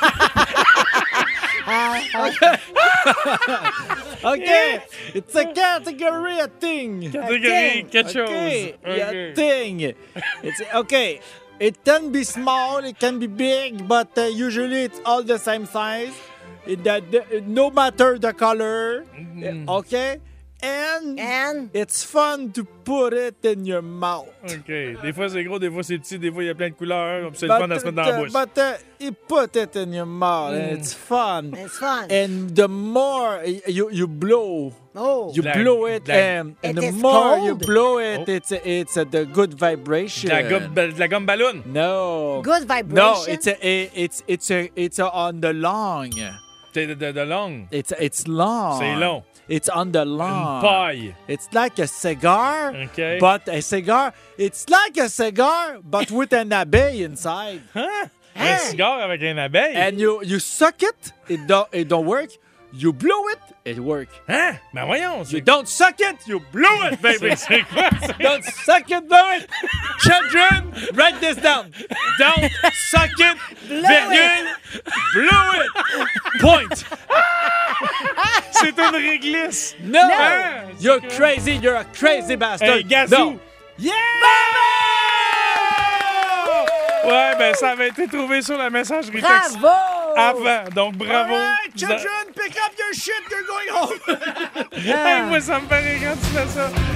Okay, it's a category, a thing. Catégorie quelque chose. Okay, yeah, OK. thing. It's okay. It can be small, it can be big, but uh, usually it's all the same size. It, the, the, no matter the color. Mm. Okay, and And it's fun to put it in your mouth. OK. Des fois, c'est gros, des fois, c'est petit, des fois, il y a plein de couleurs. puis c'est le fun de se mettre dans la uh, bouche. But uh, you put it in your mouth, and it's fun. it's fun. And the more y- you you blow, Oh. you La- blow it, la- um, and It the is more you cold? blow it, Oh. it's a, it's a, the good vibration. De la, gomme, de la gomme ballon. No, Good no, vibration. it's a, a it's it's a it's a on the long. C'est de, de, de longue. It's it's long. C'est long. It's on the Une long. paille. It's like a cigar, OK. but a cigar. It's like a cigar, but with an abeille inside. Hein? Un cigare avec un abeille. And you you suck it, it don't it don't work. You blow it, it work. Hein? Ben voyons. You C'est don't suck it, you blow it, baby. c'est quoi? ça? Don't suck it, blow it. Children, write this down. Don't suck it, virgule, blow it. Point. C'est une réglisse. No, Hein? you're crazy. You're a crazy bastard. Hey, Gazou. No. Yeah. Ouais, ben ça avait été trouvé sur la messagerie texte Bravo! avant. Donc, bravo. All right, children, pick up your shit. You're going home. Hey, moi, ça me fait rire quand tu fais ça.